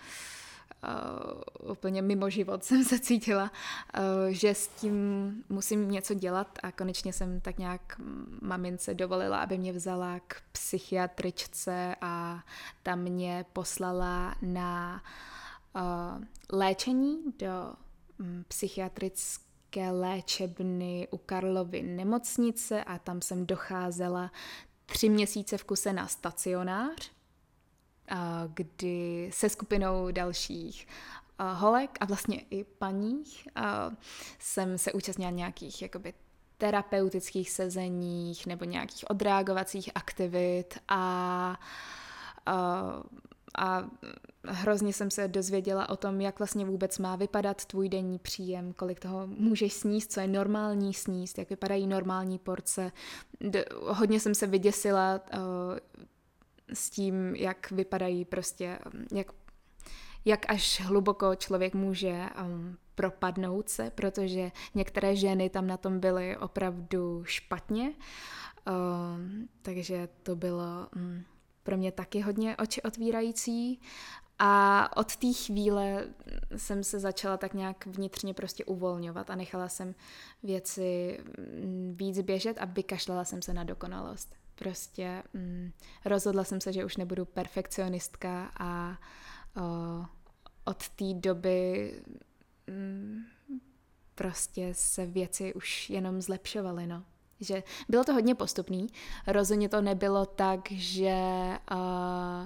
uh, úplně mimo život jsem se cítila, uh, že s tím musím něco dělat a konečně jsem tak nějak mamince dovolila, aby mě vzala k psychiatričce a ta mě poslala na uh, léčení do um, psychiatrické léčebny u Karlovy nemocnice a tam jsem docházela tři měsíce v kuse na stacionář, kdy se skupinou dalších holek a vlastně i paních jsem se účastnila nějakých jakoby terapeutických sezeních nebo nějakých odreagovacích aktivit a, a a hrozně jsem se dozvěděla o tom, jak vlastně vůbec má vypadat tvůj denní příjem, kolik toho můžeš sníst, co je normální sníst, jak vypadají normální porce. D- hodně jsem se vyděsila uh, s tím, jak vypadají prostě, jak, jak až hluboko člověk může um, propadnout se, protože některé ženy tam na tom byly opravdu špatně. Uh, takže to bylo... Um, pro mě taky hodně oči otvírající a od té chvíle jsem se začala tak nějak vnitřně prostě uvolňovat a nechala jsem věci víc běžet a vykašlala jsem se na dokonalost. Prostě mm, rozhodla jsem se, že už nebudu perfekcionistka a o, od té doby mm, prostě se věci už jenom zlepšovaly, no. Že bylo to hodně postupný, rozhodně to nebylo tak, že, uh,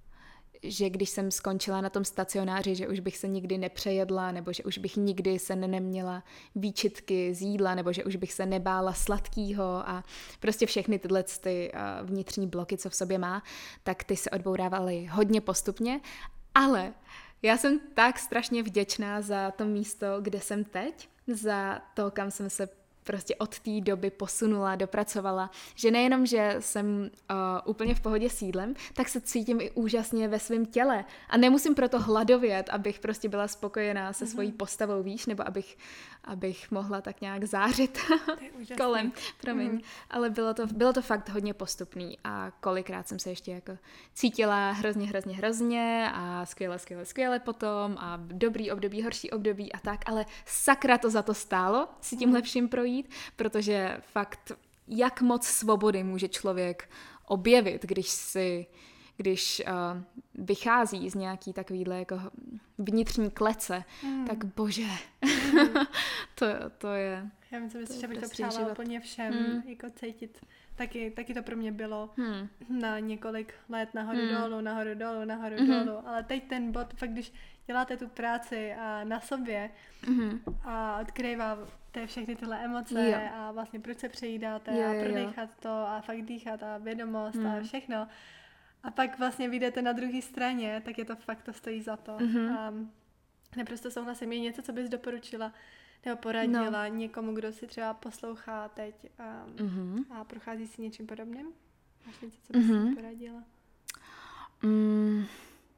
že když jsem skončila na tom stacionáři, že už bych se nikdy nepřejedla, nebo že už bych nikdy se neměla výčitky z jídla, nebo že už bych se nebála sladkýho a prostě všechny tyhle ty, uh, vnitřní bloky, co v sobě má, tak ty se odbourávaly hodně postupně, ale já jsem tak strašně vděčná za to místo, kde jsem teď, za to, kam jsem se prostě od té doby posunula, dopracovala, že nejenom, že jsem uh, úplně v pohodě s jídlem, tak se cítím i úžasně ve svém těle a nemusím proto hladovět, abych prostě byla spokojená se svojí postavou, víš, nebo abych, abych mohla tak nějak zářit kolem, promiň, mm. ale bylo to, bylo to fakt hodně postupný a kolikrát jsem se ještě jako cítila hrozně, hrozně, hrozně a skvěle, skvěle, skvěle potom a dobrý období, horší období a tak, ale sakra to za to stálo si tím lepším projít, protože fakt, jak moc svobody může člověk objevit, když si, když uh, vychází z nějaký takovýhle jako vnitřní klece, mm. tak bože, mm. to, to je... Já myslím, že bych to přála život. Úplně všem, mm. jako cítit. Taky, taky to pro mě bylo mm. na několik let nahoru mm. dolů, nahoru dolů, nahoru mm. dolů, ale teď ten bod, fakt když děláte tu práci a na sobě mm. a odkryváte všechny tyhle emoce jo. a vlastně proč se přejídáte jo, a prodýchat to a fakt dýchat a vědomost mm. a všechno. A pak vlastně vyjdete na druhé straně, tak je to fakt, to stojí za to. Mm-hmm. A naprosto souhlasím, je něco, co bys doporučila nebo poradila no. někomu, kdo si třeba poslouchá teď a, mm-hmm. a prochází si něčím podobným? Máš něco, co bys mm-hmm. si poradila? Mm.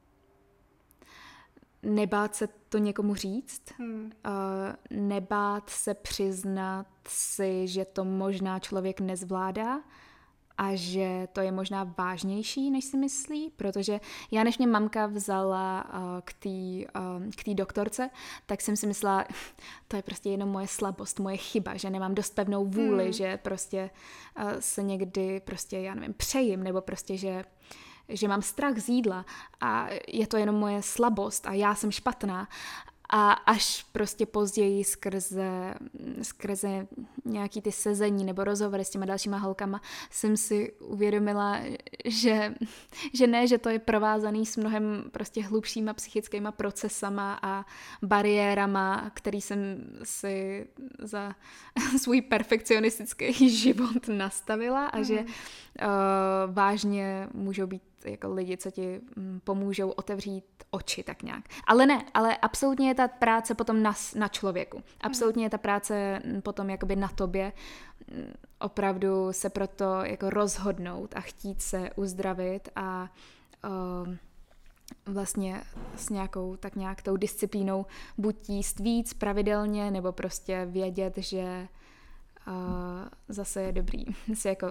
Nebát se to někomu říct, hmm. uh, nebát se přiznat si, že to možná člověk nezvládá a že to je možná vážnější, než si myslí, protože já, než mě mamka vzala uh, k té uh, k té doktorce, tak jsem si myslela, to je prostě jenom moje slabost, moje chyba, že nemám dost pevnou vůli, hmm. že prostě uh, se někdy prostě, já nevím, přejím, nebo prostě, že že mám strach z jídla a je to jenom moje slabost a já jsem špatná. A až prostě později skrze, skrze nějaký ty sezení nebo rozhovory s těma dalšíma holkama jsem si uvědomila, že, že ne, že to je provázaný s mnohem prostě hlubšíma psychickýma procesama a bariérama, který jsem si za svůj perfekcionistický život nastavila a mm. že uh, vážně můžou být jako lidi, co ti pomůžou otevřít oči tak nějak. Ale ne, ale absolutně je ta práce potom na, na člověku. Absolutně je ta práce potom jakoby na tobě. Opravdu se proto jako rozhodnout a chtít se uzdravit a uh, vlastně s nějakou tak nějak tou disciplínou buď jíst víc pravidelně, nebo prostě vědět, že uh, zase je dobrý si jako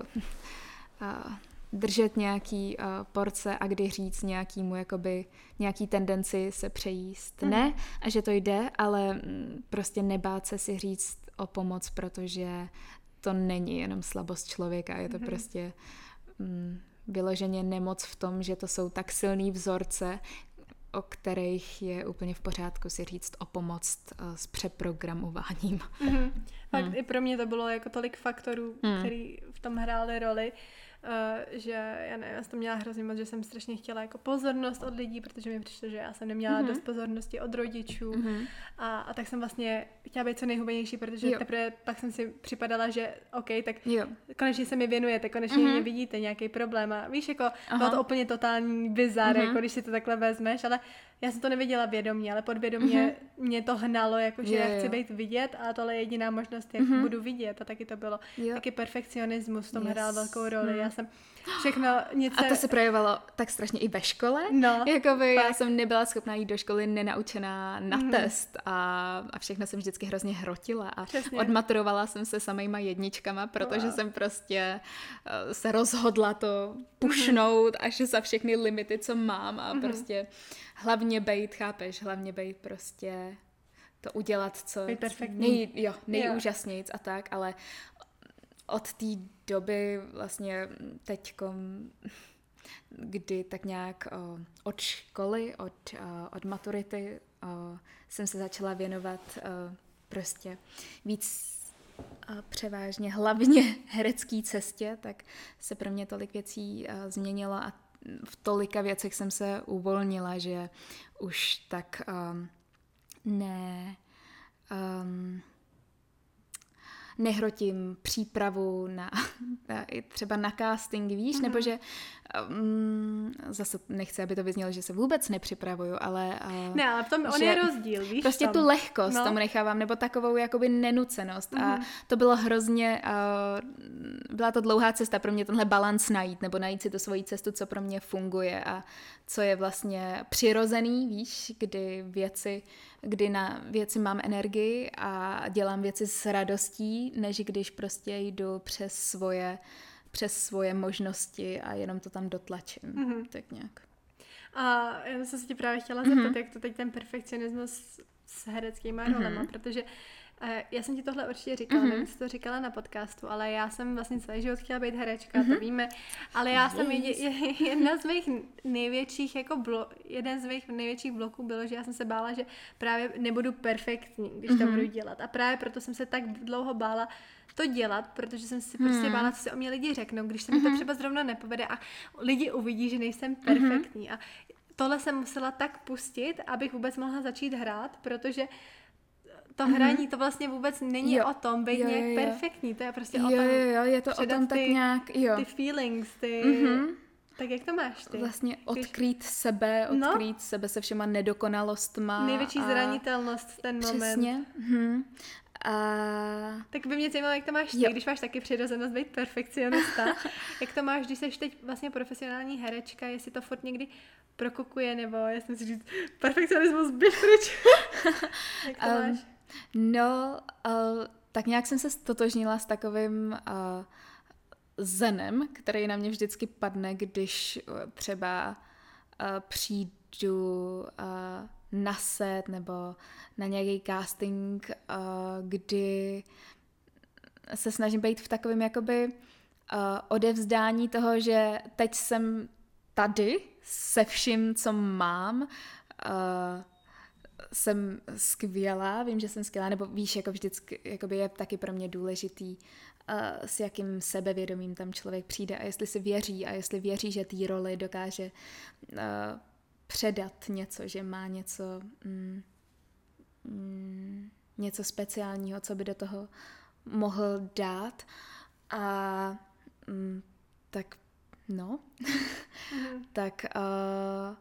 uh, držet nějaký uh, porce a kdy říct nějakýmu jakoby nějaký tendenci se přejíst. Mm. Ne, a že to jde, ale mm, prostě nebát se si říct o pomoc, protože to není jenom slabost člověka, je to mm. prostě mm, vyloženě nemoc v tom, že to jsou tak silný vzorce, o kterých je úplně v pořádku si říct o pomoc uh, s přeprogramováním. Mm-hmm. Fakt mm. i pro mě to bylo jako tolik faktorů, mm. který v tom hrály roli. Uh, že já nevím, já jsem to měla hrozně moc, že jsem strašně chtěla jako pozornost od lidí, protože mi přišlo, že já jsem neměla mm-hmm. dost pozornosti od rodičů mm-hmm. a, a tak jsem vlastně chtěla být co nejhubenější, protože jo. teprve pak jsem si připadala, že OK, tak jo. konečně se mi věnujete, konečně mm-hmm. mě vidíte, nějaký problém a víš, jako Aha. bylo to úplně totální bizar, mm-hmm. jako když si to takhle vezmeš, ale já jsem to neviděla vědomě, ale podvědomě mm-hmm. mě to hnalo, jako že já chci být vidět a tohle je jediná možnost, jak mm-hmm. budu vidět a taky to bylo. Jo. Taky perfekcionismus v tom yes. hrál velkou roli. Mm. Já jsem všechno něco... A to se projevovalo tak strašně i ve škole. No, Jakoby já jsem nebyla schopná jít do školy nenaučená na mm. test a, a všechno jsem vždycky hrozně hrotila a Přesně. odmaturovala jsem se samejma jedničkama, protože wow. jsem prostě uh, se rozhodla to pušnout mm. až za všechny limity, co mám a mm. prostě hlavně bejt, chápeš, hlavně bejt prostě to udělat, co nej, jo, nejúžasnějc a tak, ale od té doby vlastně teďkom, kdy tak nějak o, od školy, od, o, od maturity o, jsem se začala věnovat o, prostě víc a převážně hlavně herecké cestě, tak se pro mě tolik věcí o, změnilo a v tolika věcech jsem se uvolnila, že už tak um, ne um, nehrotím přípravu na, na třeba na casting, víš, mm-hmm. nebo že um, zase nechci, aby to vyznělo, že se vůbec nepřipravuju, ale uh, ne, ale v tom on je rozdíl, víš. Prostě tam. tu lehkost no. tomu nechávám, nebo takovou jakoby nenucenost mm-hmm. a to bylo hrozně uh, byla to dlouhá cesta pro mě tenhle balans najít, nebo najít si tu svoji cestu, co pro mě funguje a co je vlastně přirozený, víš, kdy věci, kdy na věci mám energii a dělám věci s radostí, než když prostě jdu přes svoje, přes svoje možnosti a jenom to tam dotlačím. Mm-hmm. Tak nějak. A já jsem se tě právě chtěla zeptat, mm-hmm. jak to teď ten perfekcionismus s hereckýma mm-hmm. rolema, protože uh, já jsem ti tohle určitě říkala, mm-hmm. nevím, jsi to říkala na podcastu, ale já jsem vlastně celý život chtěla být herečka, mm-hmm. to víme, ale já jsem jedě, jedna z mých největších jako blo, jeden z mých největších bloků bylo, že já jsem se bála, že právě nebudu perfektní, když mm-hmm. to budu dělat a právě proto jsem se tak dlouho bála to dělat, protože jsem si prostě bála, co si o mě lidi řeknou, když se mi to třeba zrovna nepovede a lidi uvidí, že nejsem perfektní a tohle jsem musela tak pustit, abych vůbec mohla začít hrát, protože to mm-hmm. hraní, to vlastně vůbec není jo. o tom být jo, nějak jo, jo. perfektní, to je prostě jo, o tom jo, jo, je to o tom tak ty, nějak, jo. ty feelings, ty... Mm-hmm. Tak jak to máš ty? Vlastně odkrýt Když... sebe, odkrýt no? sebe se všema nedokonalostma. Největší a... zranitelnost v ten moment. Přesně. Mhm. A... Tak by mě zajímalo, jak to máš ty, jo. když máš taky přirozenost být perfekcionista. Jak to máš, když jsi teď vlastně profesionální herečka, jestli to furt někdy prokukuje, nebo jestli si říct, perfekcionismus, běž pryč. Jak to um, máš? No, uh, tak nějak jsem se stotožnila s takovým uh, zenem, který na mě vždycky padne, když uh, třeba uh, přijdu uh, na set nebo na nějaký casting, uh, kdy se snažím být v takovém jakoby uh, odevzdání toho, že teď jsem tady se vším, co mám, uh, jsem skvělá, vím, že jsem skvělá, nebo víš, jako vždycky jakoby je taky pro mě důležitý, uh, s jakým sebevědomím tam člověk přijde a jestli si věří a jestli věří, že té roli dokáže uh, předat něco, že má něco, mm, mm, něco speciálního, co by do toho mohl dát. A mm, tak no, mm. tak uh,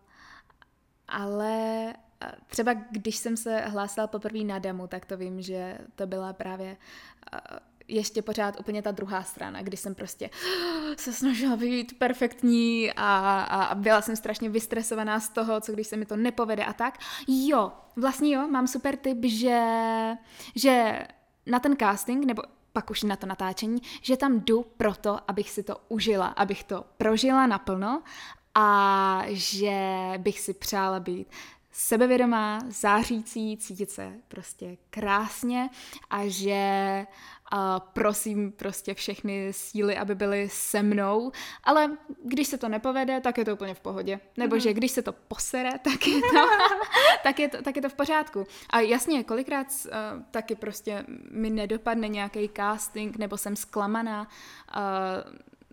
ale třeba když jsem se hlásila poprvé na demo, tak to vím, že to byla právě uh, ještě pořád úplně ta druhá strana, kdy jsem prostě se snažila být perfektní a, a byla jsem strašně vystresovaná z toho, co když se mi to nepovede a tak. Jo, vlastně jo, mám super tip, že, že na ten casting, nebo pak už na to natáčení, že tam jdu proto, abych si to užila, abych to prožila naplno a že bych si přála být sebevědomá, zářící, cítit se prostě krásně a že a prosím prostě všechny síly, aby byly se mnou, ale když se to nepovede, tak je to úplně v pohodě. Nebo mm. že když se to posere, tak je to, tak je to, tak je to v pořádku. A jasně, kolikrát uh, taky prostě mi nedopadne nějaký casting, nebo jsem zklamaná uh,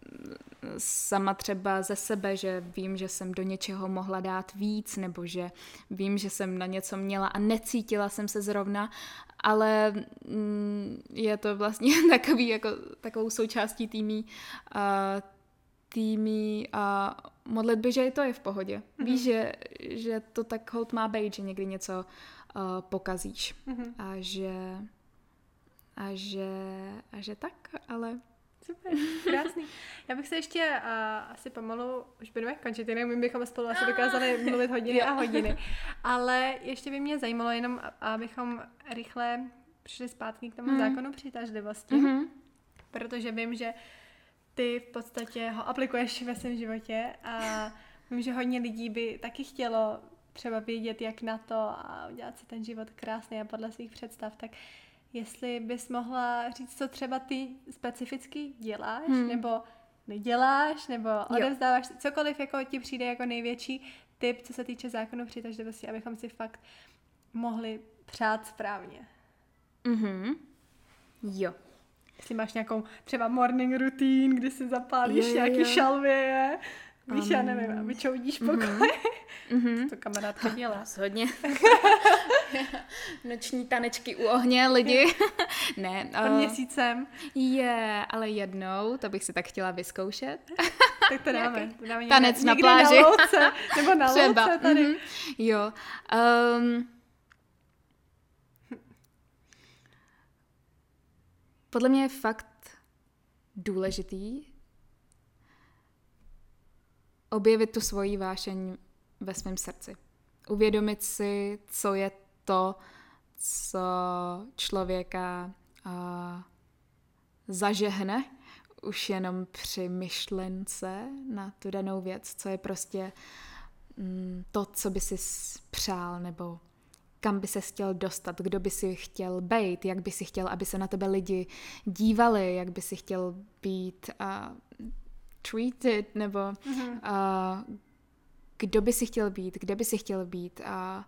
sama třeba ze sebe, že vím, že jsem do něčeho mohla dát víc, nebo že vím, že jsem na něco měla a necítila jsem se zrovna, ale mm, je to vlastně takový, jako, takovou součástí týmí, uh, týmí a uh, modlitby, že to je v pohodě. Mm-hmm. Víš, že, že to tak holt má být, že někdy něco uh, pokazíš. Mm-hmm. A že a že a že tak, ale super, krásný. Já bych se ještě uh, asi pomalu, už budeme končit, jinak my bychom spolu asi dokázali mluvit hodiny a hodiny, ale ještě by mě zajímalo jenom, abychom rychle přišli zpátky k tomu mm. zákonu přitažlivosti, mm-hmm. protože vím, že ty v podstatě ho aplikuješ ve svém životě a vím, že hodně lidí by taky chtělo třeba vědět, jak na to a udělat si ten život krásný a podle svých představ, tak jestli bys mohla říct, co třeba ty specificky děláš, hmm. nebo neděláš, nebo odevzdáváš, jo. cokoliv jako ti přijde jako největší tip, co se týče zákonu přitažlivosti, abychom si fakt mohli přát správně. Mhm. Jo. Jestli máš nějakou třeba morning routine, kdy si zapálíš jo, nějaký jo. šalvěje, víš, um, já nevím, vyčoudíš pokoj. Mm-hmm. To kamarádka dělá. Hodně. Noční tanečky u ohně, lidi. Ne. Pod uh, měsícem. Je, ale jednou, to bych si tak chtěla vyzkoušet. Tak to dáme. To dáme tanec někde, na pláži. Na louce, nebo na Třeba. louce tady. Mm-hmm. Jo. Um, podle mě je fakt důležitý objevit tu svoji vášeň ve svém srdci. Uvědomit si, co je to, co člověka uh, zažehne už jenom při myšlence na tu danou věc, co je prostě mm, to, co by si přál, nebo kam by se chtěl dostat, kdo by si chtěl bejt, jak by si chtěl, aby se na tebe lidi dívali, jak by si chtěl být uh, treated, nebo mm-hmm. uh, kdo by si chtěl být, kde by si chtěl být a,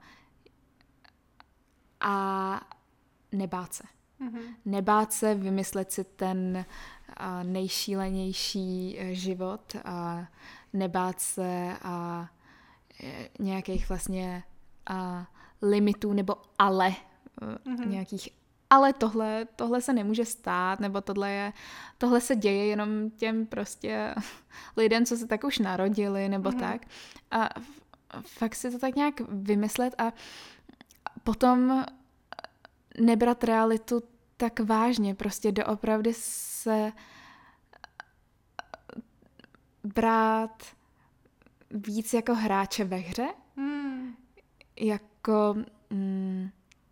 a nebát se. Mm-hmm. Nebát se vymyslet si ten a, nejšílenější život a nebát se a nějakých vlastně a, limitů nebo ale mm-hmm. nějakých ale tohle, tohle se nemůže stát, nebo tohle, je, tohle se děje jenom těm prostě lidem, co se tak už narodili, nebo mm-hmm. tak. A fakt si to tak nějak vymyslet a potom nebrat realitu tak vážně, prostě doopravdy se brát víc jako hráče ve hře, mm. jako... Mm,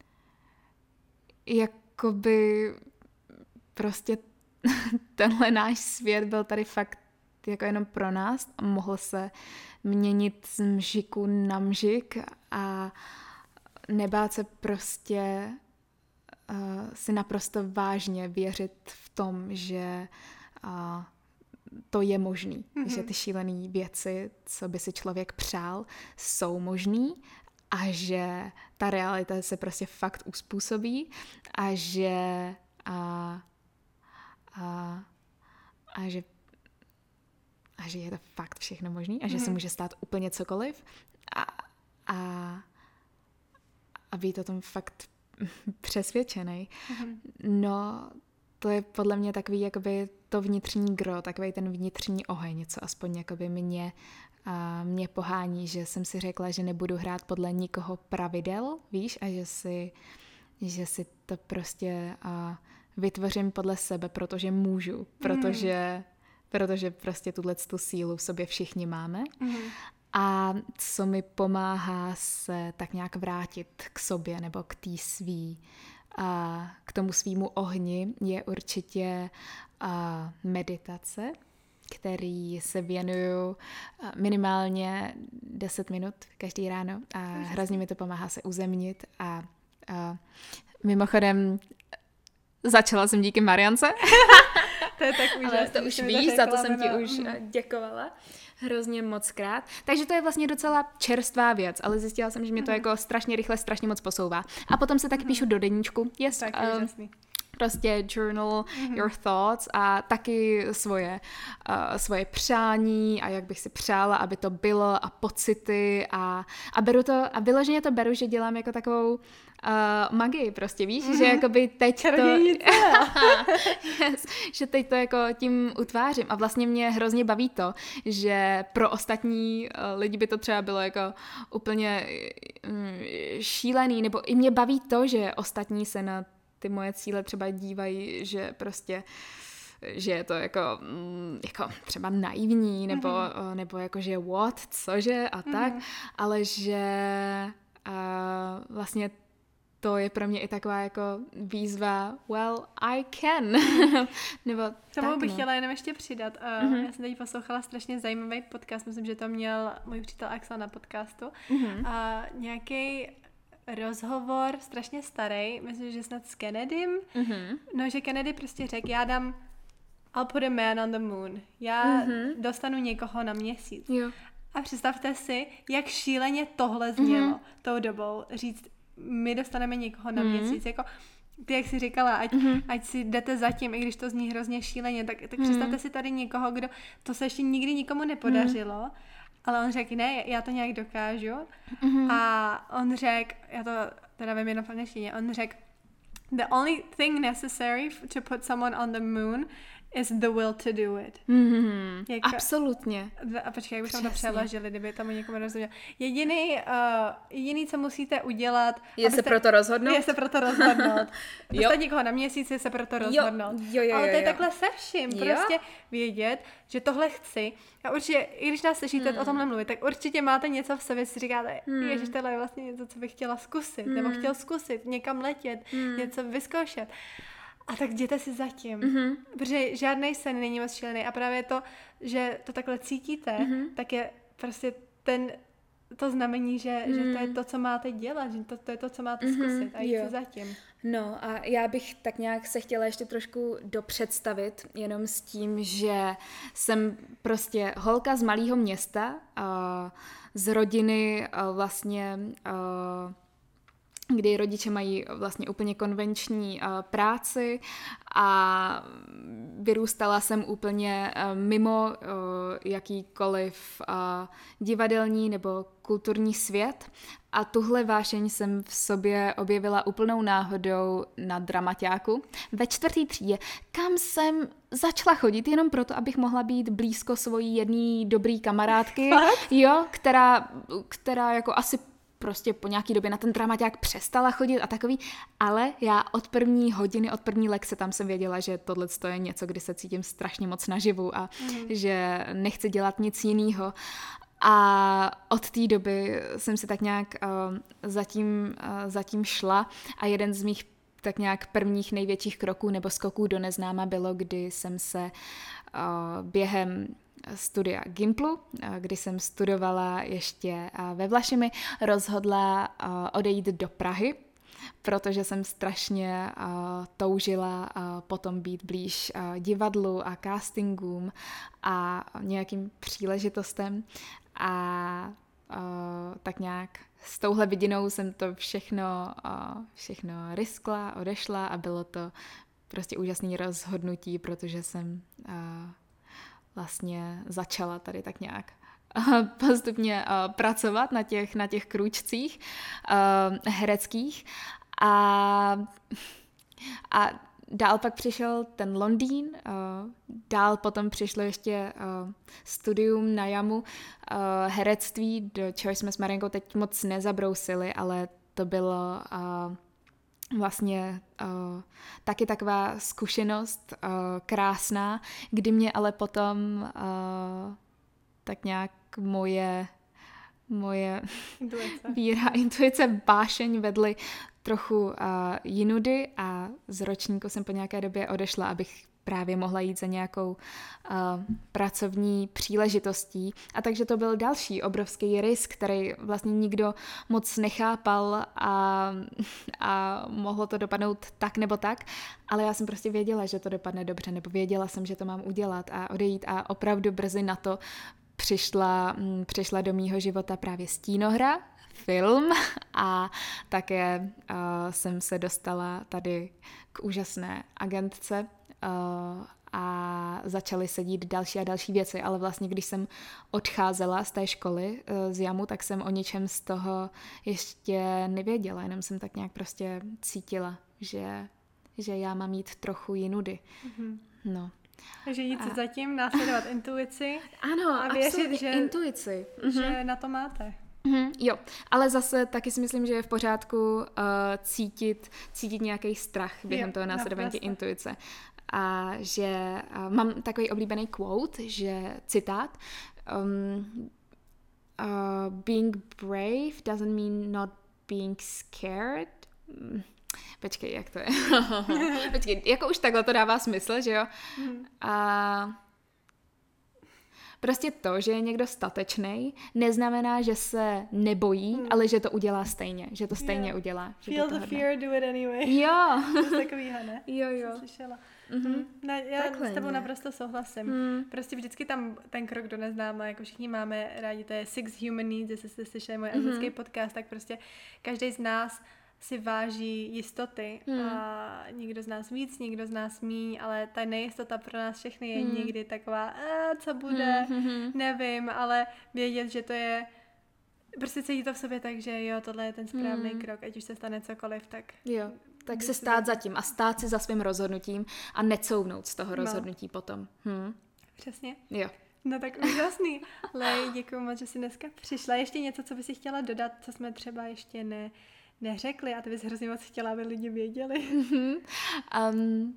jakoby prostě tenhle náš svět byl tady fakt jako jenom pro nás a mohl se měnit z mžiku na mžik a nebát se prostě uh, si naprosto vážně věřit v tom, že uh, to je možný, mm-hmm. že ty šílené věci, co by si člověk přál, jsou možný a že ta realita se prostě fakt uspůsobí a že a, a, a že a že je to fakt všechno možný a že mm. se může stát úplně cokoliv a, a, a být o tom fakt přesvědčený. Mm. No, to je podle mě takový jakoby to vnitřní gro, takový ten vnitřní oheň, co aspoň jakoby mě, a mě pohání, že jsem si řekla, že nebudu hrát podle nikoho pravidel, víš, a že si, že si to prostě a vytvořím podle sebe, protože můžu, protože, mm. protože prostě tuhle tu sílu v sobě všichni máme. Mm. A co mi pomáhá se tak nějak vrátit k sobě nebo k té svý, a k tomu svýmu ohni, je určitě a, meditace, který se věnuju minimálně deset minut každý ráno a hrozně mi to pomáhá se uzemnit a, a mimochodem začala jsem díky Mariance. To je tak úžasný. Ale to už víš, za to jsem ti už děkovala. Hrozně moc krát. Takže to je vlastně docela čerstvá věc, ale zjistila jsem, že mě to mm. jako strašně rychle, strašně moc posouvá. A potom se taky mm. píšu do deníčku. Yes, tak um, úžasný. Prostě journal mm-hmm. your thoughts a taky svoje, uh, svoje přání a jak bych si přála, aby to bylo a pocity a, a beru to, a vyloženě to beru, že dělám jako takovou uh, magii prostě, víš, mm-hmm. že jakoby teď to yes, že teď to jako tím utvářím a vlastně mě hrozně baví to, že pro ostatní uh, lidi by to třeba bylo jako úplně um, šílený, nebo i mě baví to, že ostatní se na ty moje cíle třeba dívají, že prostě, že je to jako, jako třeba naivní, nebo, mm-hmm. nebo jako, že what, cože a tak, mm-hmm. ale že a vlastně to je pro mě i taková jako výzva, well, I can. nebo k tomu tak, bych no. chtěla jenom ještě přidat. Uh, mm-hmm. Já jsem teď poslouchala strašně zajímavý podcast, myslím, že to měl můj přítel Axel na podcastu. Mm-hmm. A nějaký rozhovor, strašně starý, myslím, že snad s Kennedym, mm-hmm. no, že Kennedy prostě řekl, já dám I'll put a man on the moon. Já mm-hmm. dostanu někoho na měsíc. Jo. A představte si, jak šíleně tohle znělo mm-hmm. tou dobou, říct, my dostaneme někoho na mm-hmm. měsíc, jako ty, jak jsi říkala, ať, mm-hmm. ať si jdete zatím, i když to zní hrozně šíleně, tak, tak mm-hmm. představte si tady někoho, kdo, to se ještě nikdy nikomu nepodařilo, mm-hmm. ale on řekl, ne, já to nějak dokážu. Mm-hmm. A on řekl, já to teda vím jenom v angličtině, on řekl, the only thing necessary to put someone on the moon is the will to do it. Mm-hmm. Jako, absolutně. A počkej, jak bychom to přeložili, kdyby tomu někomu nerozuměl. Jediný, uh, jediný, co musíte udělat, je se proto rozhodnout. Je se proto rozhodnout. Dostat někoho na měsíc, je se proto rozhodnout. Jo, jo, jo, ale to je jo. takhle se vším. Jo? Prostě vědět, že tohle chci. A určitě, i když nás slyšíte hmm. o tomhle mluvit, tak určitě máte něco v sobě, si říkáte, hmm. ježiš, tohle je vlastně něco, co bych chtěla zkusit, hmm. nebo chtěl zkusit, někam letět, hmm. něco vyzkoušet. A tak jděte si zatím, mm-hmm. protože žádný sen není moc šílený a právě to, že to takhle cítíte, mm-hmm. tak je prostě ten, to znamení, že, mm. že to je to, co máte dělat, že to, to je to, co máte mm-hmm. zkusit a jít jo. si zatím. No a já bych tak nějak se chtěla ještě trošku dopředstavit, jenom s tím, že jsem prostě holka z malého města, uh, z rodiny uh, vlastně... Uh, kdy rodiče mají vlastně úplně konvenční uh, práci a vyrůstala jsem úplně uh, mimo uh, jakýkoliv uh, divadelní nebo kulturní svět a tuhle vášeň jsem v sobě objevila úplnou náhodou na dramaťáku ve čtvrtý třídě, kam jsem začala chodit jenom proto, abych mohla být blízko svojí jedné dobrý kamarádky, jo, která, která jako asi prostě po nějaký době na ten dramaťák přestala chodit a takový, ale já od první hodiny, od první lekce tam jsem věděla, že tohle je něco, kdy se cítím strašně moc naživu a mm. že nechci dělat nic jinýho. A od té doby jsem si tak nějak uh, zatím, uh, zatím šla a jeden z mých tak nějak prvních největších kroků nebo skoků do neznáma bylo, kdy jsem se uh, během studia Gimplu, kdy jsem studovala ještě ve Vlašimi, rozhodla odejít do Prahy, protože jsem strašně toužila potom být blíž divadlu a castingům a nějakým příležitostem a uh, tak nějak s touhle vidinou jsem to všechno, uh, všechno riskla, odešla a bylo to prostě úžasné rozhodnutí, protože jsem uh, vlastně začala tady tak nějak uh, postupně uh, pracovat na těch, na těch krůčcích uh, hereckých a, a dál pak přišel ten Londýn, uh, dál potom přišlo ještě uh, studium na jamu uh, herectví, do čeho jsme s Mariankou teď moc nezabrousili, ale to bylo uh, vlastně uh, taky taková zkušenost uh, krásná, kdy mě ale potom uh, tak nějak moje moje Intuice. víra, intuice, bášeň vedly trochu uh, jinudy a z ročníku jsem po nějaké době odešla, abych právě mohla jít za nějakou uh, pracovní příležitostí. A takže to byl další obrovský risk, který vlastně nikdo moc nechápal a, a mohlo to dopadnout tak nebo tak, ale já jsem prostě věděla, že to dopadne dobře, nebo věděla jsem, že to mám udělat a odejít a opravdu brzy na to přišla, m, přišla do mýho života právě Stínohra, film a také uh, jsem se dostala tady k úžasné agentce uh, a začaly se dít další a další věci, ale vlastně když jsem odcházela z té školy uh, z jamu, tak jsem o ničem z toho ještě nevěděla, jenom jsem tak nějak prostě cítila, že, že já mám mít trochu jinudy. Mm-hmm. No. Takže jít a... zatím, následovat intuici. Ano, a věřit, že, intuici. že mm-hmm. na to máte. Mm, jo, ale zase taky si myslím, že je v pořádku uh, cítit, cítit nějaký strach během jo, toho následování no, intuice. A že uh, mám takový oblíbený quote, že citát um, uh, being brave doesn't mean not being scared. Počkej, jak to je? Počkej, jako už takhle to dává smysl, že jo? Mm. A prostě to, že je někdo statečný, neznamená, že se nebojí, mm. ale že to udělá stejně, že to stejně yeah. udělá. Že Feel the fear, do it anyway. Jo. To je takovýho, ne? Jo, jo. Jsem slyšela. Mm-hmm. No, já Takhle s tebou ne. naprosto souhlasím. Mm. Prostě vždycky tam ten krok do neznáma, jako všichni máme rádi, to je Six Human Needs, jestli jste slyšeli můj anglický mm-hmm. podcast, tak prostě každý z nás si váží jistoty mm. a někdo z nás víc, někdo z nás míň, ale ta nejistota pro nás všechny je mm. někdy taková, a co bude, mm-hmm. nevím, ale vědět, že to je, prostě cítit to v sobě tak, že jo, tohle je ten správný mm. krok, ať už se stane cokoliv, tak... Jo, tak se stát za tím a stát si za svým rozhodnutím a necouvnout z toho rozhodnutí no. potom. Hm. Přesně. Jo. No tak úžasný. Lej, děkuji moc, že jsi dneska přišla. Ještě něco, co bys si chtěla dodat, co jsme třeba ještě ne... neřekli a ty bys hrozně moc chtěla, aby lidi věděli. um,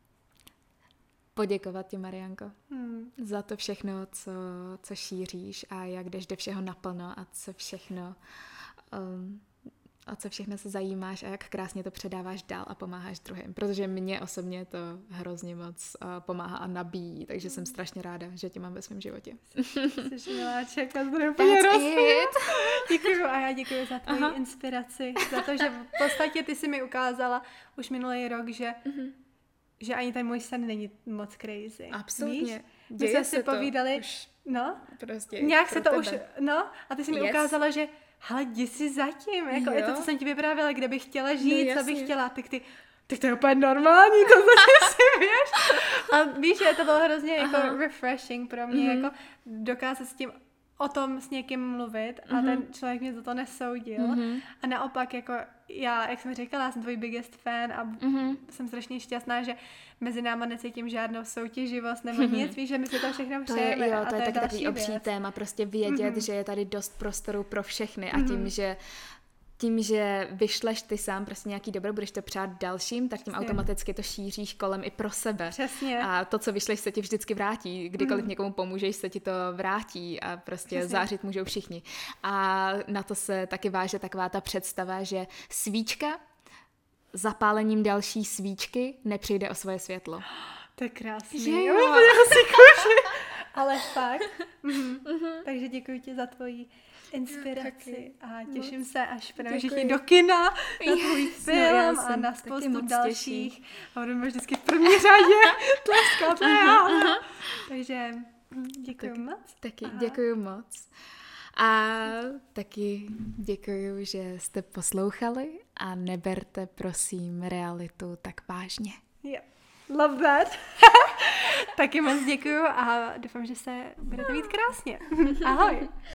poděkovat ti, Marianko, hmm. za to všechno, co, co šíříš a jak jdeš do všeho naplno a co všechno um, o co všechno se zajímáš a jak krásně to předáváš dál a pomáháš druhým, protože mě osobně to hrozně moc uh, pomáhá a nabíjí, takže jsem strašně ráda, že tě mám ve svém životě. Jsi miláček a to úplně roste. Děkuju a já děkuji za tvoji Aha. inspiraci, za to, že v podstatě ty jsi mi ukázala už minulý rok, že mm-hmm. že ani ten můj sen není moc crazy. Absolutně. Víš? My jsme si povídali, už no, prostě nějak se to tebe. už, no, a ty jsi mi yes. ukázala, že hele, jdi si zatím, jako je to, co jsem ti vyprávěla, kde bych chtěla žít, no, co bych chtěla, tak ty, tak to je úplně normální, to co si víš. A víš, že to bylo hrozně jako Aha. refreshing pro mě, mm-hmm. jako dokázat s tím o tom s někým mluvit a mm-hmm. ten člověk mě za to nesoudil. Mm-hmm. A naopak, jako já, jak jsem říkala, já jsem tvůj biggest fan a mm-hmm. jsem strašně šťastná, že mezi náma necítím žádnou soutěživost nebo mm-hmm. nic, víš, že my si to všechno přejeme. Jo, a to, to je, je taky další takový obří téma, prostě vědět, mm-hmm. že je tady dost prostoru pro všechny a tím, mm-hmm. že tím, že vyšleš ty sám prostě nějaký dobro, budeš to přát dalším, tak tím Přesně. automaticky to šíříš kolem i pro sebe. Přesně. A to, co vyšleš, se ti vždycky vrátí. Kdykoliv mm. někomu pomůžeš, se ti to vrátí a prostě Přesně. zářit můžou všichni. A na to se taky váže taková ta představa, že svíčka zapálením další svíčky nepřijde o svoje světlo. To je krásný. Že jo? Ale fakt. Mm-hmm. Mm-hmm. Takže děkuji ti za tvoji inspiraci a těším moc. se, až půjdeme všichni do kina na tvůj film no, a na spoustu dalších. Těším. A budeme vždycky v první řadě tleskat. Takže děkuji tak, moc. Taky Aha. děkuji moc. A taky děkuji, že jste poslouchali a neberte prosím realitu tak vážně. Yeah. Love that. Taky moc děkuju a doufám, že se budete mít krásně. Ahoj.